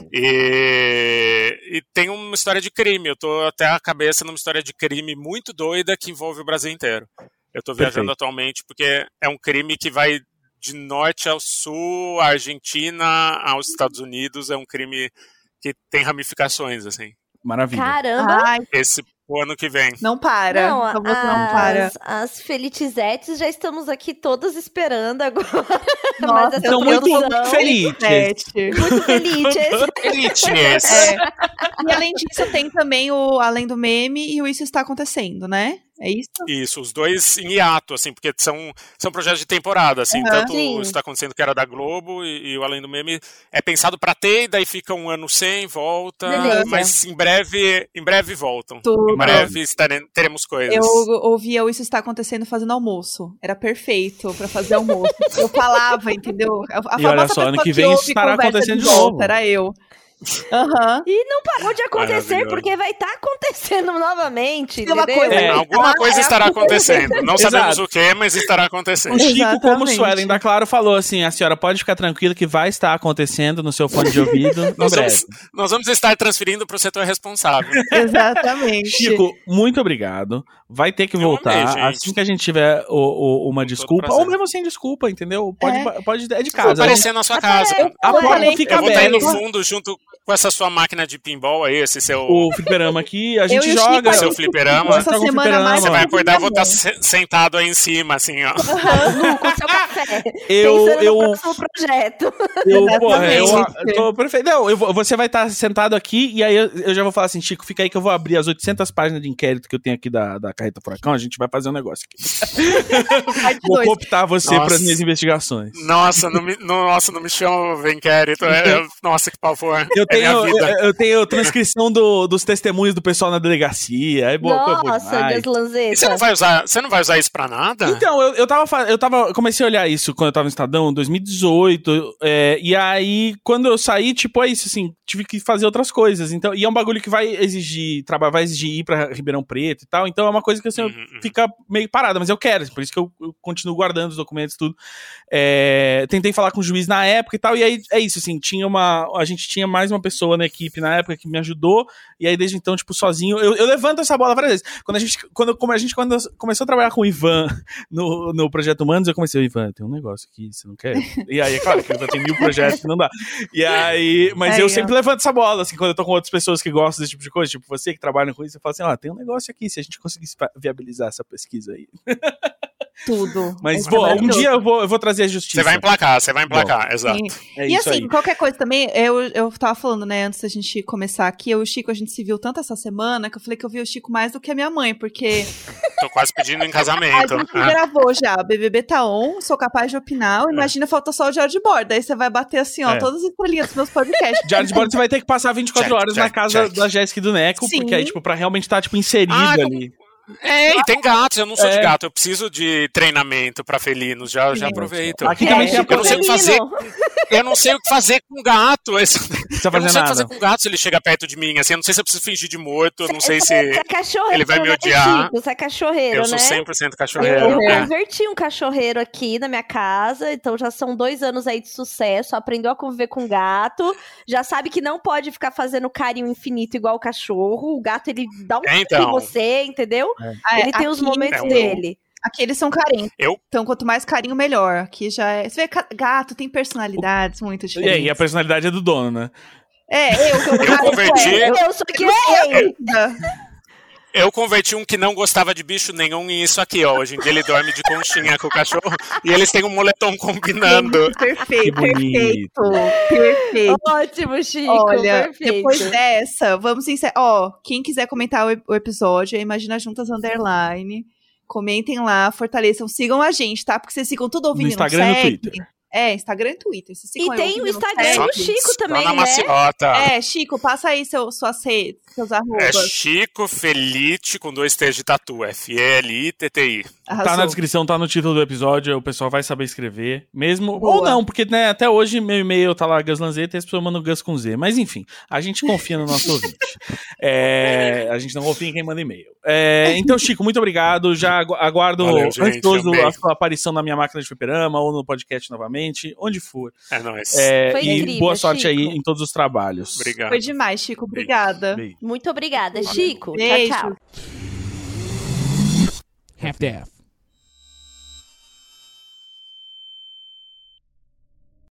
Speaker 4: E, e tem uma história de crime, eu tô até a cabeça numa história de crime muito doida que envolve o Brasil inteiro. Eu tô viajando
Speaker 2: Perfeito.
Speaker 4: atualmente porque é um crime que vai de norte ao sul, à Argentina, aos Estados Unidos, é um crime que tem ramificações, assim.
Speaker 2: Maravilha.
Speaker 1: Caramba!
Speaker 3: Ai,
Speaker 4: Esse o ano que vem.
Speaker 3: não para.
Speaker 1: Não,
Speaker 3: Por favor, não para.
Speaker 1: as, as Felitizetes já estamos aqui todas esperando agora.
Speaker 3: Nossa,
Speaker 1: Mas essa
Speaker 2: São muito
Speaker 1: produção-
Speaker 2: felizes.
Speaker 3: Sete.
Speaker 1: Muito felizes.
Speaker 4: Elitines.
Speaker 3: É. E além disso, tem também o Além do Meme e o Isso Está Acontecendo, né? É isso?
Speaker 4: Isso, os dois em hiato, assim, porque são, são projetos de temporada, assim,
Speaker 3: Uhum.
Speaker 4: tanto
Speaker 1: Sim.
Speaker 4: o Está Acontecendo que era da Globo e, e o Além do Meme é pensado pra ter, e daí fica um ano sem, volta,
Speaker 1: Beleza.
Speaker 4: mas em breve, em breve voltam.
Speaker 3: Tudo.
Speaker 4: Em breve estare- teremos coisas.
Speaker 3: Eu ouvia o Isso Está Acontecendo fazendo almoço. Era perfeito pra fazer almoço. Eu falava, entendeu? A, a
Speaker 2: E olha
Speaker 3: famosa
Speaker 2: só, ano
Speaker 3: pessoa
Speaker 2: que vem
Speaker 3: ouve
Speaker 2: isso estará
Speaker 3: conversa
Speaker 2: acontecendo de
Speaker 3: volta,
Speaker 2: novo.
Speaker 3: Era eu. Aham.
Speaker 1: E não parou de acontecer,
Speaker 4: Maravilhoso.
Speaker 1: porque vai estar acontecendo novamente.
Speaker 3: Tem uma
Speaker 1: entendeu?
Speaker 3: coisa-
Speaker 2: É.
Speaker 4: Alguma
Speaker 3: Ah,
Speaker 4: coisa
Speaker 3: é
Speaker 4: estará
Speaker 3: acontecendo.
Speaker 4: acontecendo. Não
Speaker 2: Exato.
Speaker 4: sabemos o que, mas estará
Speaker 2: O
Speaker 4: acontecendo.
Speaker 2: Chico, como
Speaker 3: Exatamente.
Speaker 2: Suelen da Claro, falou assim, a senhora pode ficar tranquila que vai estar acontecendo no seu fone de ouvido em
Speaker 4: Nós
Speaker 2: breve.
Speaker 4: vamos, nós vamos estar transferindo para o setor responsável.
Speaker 3: Exatamente.
Speaker 2: Chico, muito obrigado. Vai ter que
Speaker 4: Eu
Speaker 2: voltar.
Speaker 4: amei, gente.
Speaker 2: Assim que a gente tiver o, o- uma
Speaker 4: todo
Speaker 2: desculpa,
Speaker 4: prazer.
Speaker 2: ou mesmo sem desculpa, entendeu? Pode,
Speaker 3: É.
Speaker 2: pode é de
Speaker 4: Vou
Speaker 2: casa.
Speaker 4: aparecer na sua casa.
Speaker 3: Eu,
Speaker 2: A
Speaker 3: eu
Speaker 2: porta
Speaker 3: falei
Speaker 2: fica
Speaker 4: Eu vou estar aí no
Speaker 2: aberta.
Speaker 4: fundo junto com essa sua máquina de pinball aí, esse seu,
Speaker 2: O fliperama aqui, a gente
Speaker 3: e o
Speaker 2: joga.
Speaker 3: Chico,
Speaker 4: seu fliperama.
Speaker 3: essa
Speaker 2: Joga um
Speaker 3: semana
Speaker 2: fliperama.
Speaker 3: mais
Speaker 4: Você vai acordar, eu vou estar
Speaker 3: bom.
Speaker 4: se- sentado aí em cima, assim, ó.
Speaker 1: Nu, com seu café.
Speaker 2: Eu,
Speaker 1: pensando
Speaker 2: eu,
Speaker 1: no próximo projeto.
Speaker 2: eu, porra, eu,
Speaker 3: Exatamente.
Speaker 2: eu tô perfeito. Não, eu vou- você vai estar sentado aqui e aí eu, eu já vou falar assim, Chico, fica aí que eu vou abrir as oitocentas páginas de inquérito que eu tenho aqui da, da Carreta Furacão, a gente vai fazer um negócio aqui.
Speaker 3: Parte
Speaker 2: Vou
Speaker 3: dois.
Speaker 2: cooptar você
Speaker 4: Nossa.
Speaker 2: para as minhas investigações.
Speaker 4: Nossa, não me, nossa, não me chama ver inquérito. É, é- nossa, que pavor.
Speaker 2: Eu
Speaker 4: É minha
Speaker 2: tenho,
Speaker 4: vida.
Speaker 2: eu, eu tenho transcrição do- dos testemunhos do pessoal na delegacia. É boa, coisa boa
Speaker 1: Nossa,
Speaker 2: demais.
Speaker 1: deslanzeta.
Speaker 4: E você não vai usar, você não vai usar isso pra nada?
Speaker 2: Então, eu, eu tava, fa- eu tava, comecei a olhar isso quando eu tava no Estadão, em dois mil e dezoito, é, e aí, quando eu saí, tipo, é isso, assim, tive que fazer outras coisas, então, e é um bagulho que vai exigir, trabalho, vai exigir ir pra Ribeirão Preto e tal, então é uma coisa que, assim,
Speaker 4: Uhum, uhum.
Speaker 2: fica meio parada, mas eu quero, por isso que eu, eu continuo guardando os documentos e tudo. É, tentei falar com o juiz na época e tal, e aí, é isso, assim, tinha uma, a gente tinha mais uma pessoa na equipe na época que me ajudou, e aí, desde então, tipo, sozinho, eu, eu levanto essa bola várias vezes. Quando a gente, quando, como a gente quando começou a trabalhar com o Ivan no, no Projeto Humanos, eu comecei, Ivan, tem um negócio aqui, você não quer? E aí, é claro que o Ivan tem mil projetos que não dá. E aí, mas
Speaker 3: É,
Speaker 2: eu
Speaker 3: ó.
Speaker 2: sempre levanto essa bola, assim, quando eu tô com outras pessoas que gostam desse tipo de coisa, tipo você que trabalha com isso, você fala assim, ó, oh, tem um negócio aqui, se a gente conseguisse viabilizar essa pesquisa aí.
Speaker 3: Tudo.
Speaker 2: Mas, pô, um dia eu vou, eu vou trazer a justiça.
Speaker 4: Você vai emplacar, você vai emplacar, bom, exato.
Speaker 2: É
Speaker 3: e assim,
Speaker 2: aí.
Speaker 3: qualquer coisa também, eu, eu tava falando, né, antes da gente começar aqui, eu e o Chico, a gente se viu tanto essa semana, que eu falei que eu vi o Chico mais do que a minha mãe, porque...
Speaker 4: Tô quase pedindo em casamento.
Speaker 3: A gente ah. gravou já, o B B B tá on, sou capaz de opinar, imagina, é. falta só o diário de bordo, aí você vai bater assim, ó, é. todas as folhinhas dos meus podcasts.
Speaker 2: Diário de bordo você vai ter que passar vinte e quatro check, horas check, na casa check. da Jéssica e do Neco, Sim. porque aí, tipo, pra realmente estar, tá, tipo, inserido ah, ali...
Speaker 4: É, e tem gatos, eu não sou é. de gato, eu preciso de treinamento pra felinos, já, já aproveito.
Speaker 2: Aqui também
Speaker 4: é, eu não sei o que fazer. Eu não sei o que fazer com gato. Esse, eu não sei nada. o que fazer com gato se ele chega perto de mim. Assim, eu não sei se eu preciso fingir de morto, eu não sei se
Speaker 1: é ele
Speaker 4: vai me odiar.
Speaker 1: Você é cachorreiro,
Speaker 4: eu sou
Speaker 1: né?
Speaker 4: cem por cento cachorreiro.
Speaker 1: Eu, eu
Speaker 4: é.
Speaker 1: converti um cachorreiro aqui na minha casa, então já são dois anos aí de sucesso, aprendeu a conviver com gato, já sabe que não pode ficar fazendo carinho infinito igual o cachorro, o gato ele dá um
Speaker 4: é, então.
Speaker 1: em você, entendeu? É. Ele tem aqui, os momentos é, dele.
Speaker 3: Aqui eles são carinhos.
Speaker 4: Eu?
Speaker 3: Então, quanto mais carinho, melhor. Aqui já é... Você vê, gato tem personalidades o... muito diferentes.
Speaker 2: E aí, a personalidade é do dono, né?
Speaker 3: É, eu. Eu,
Speaker 4: eu converti...
Speaker 1: Eu, eu sou que eu.
Speaker 4: Eu converti um que não gostava de bicho nenhum em isso aqui, ó. Hoje em dia ele dorme de conchinha com o cachorro e eles têm um moletom combinando.
Speaker 3: Perfeito, perfeito. Perfeito.
Speaker 1: Ótimo, Chico.
Speaker 3: Olha,
Speaker 1: perfeito.
Speaker 3: Depois dessa, vamos encerrar. Ó, quem quiser comentar o, o episódio, é Imagina Juntas Underline. Comentem lá, fortaleçam, sigam a gente, tá? Porque vocês ficam tudo ouvindo
Speaker 2: no Instagram e no Twitter.
Speaker 3: É, Instagram e Twitter. Vocês
Speaker 1: e tem o Instagram do Chico também, né?
Speaker 4: Maciota.
Speaker 3: É, Chico, passa aí seu, suas redes, seus arrobas.
Speaker 4: É Chico Felite com dois T's de tatu. F L I T T I.
Speaker 3: Arrasou.
Speaker 2: Tá na descrição, tá no título do episódio, o pessoal vai saber escrever. Mesmo,
Speaker 3: Boa.
Speaker 2: ou não, porque né, até hoje meu e-mail tá lá Gaslanzeta e as pessoas mandam Gus com Z. Mas enfim, a gente confia no nosso ouvinte. É, a gente não confia em quem manda e-mail. É, então, Chico, muito obrigado. Já aguardo Valeu, gente, ansioso a sua aparição na minha máquina de fliperama ou no podcast novamente, onde for.
Speaker 4: É nóis.
Speaker 2: É,
Speaker 1: Foi
Speaker 2: e
Speaker 1: incrível,
Speaker 2: boa sorte
Speaker 1: Chico.
Speaker 2: aí em todos os trabalhos.
Speaker 4: Obrigado.
Speaker 3: Foi demais, Chico. Obrigada.
Speaker 2: Beijo.
Speaker 1: Muito obrigada, Chico.
Speaker 3: Beijo.
Speaker 1: Tchau, tchau.
Speaker 5: Half-Death.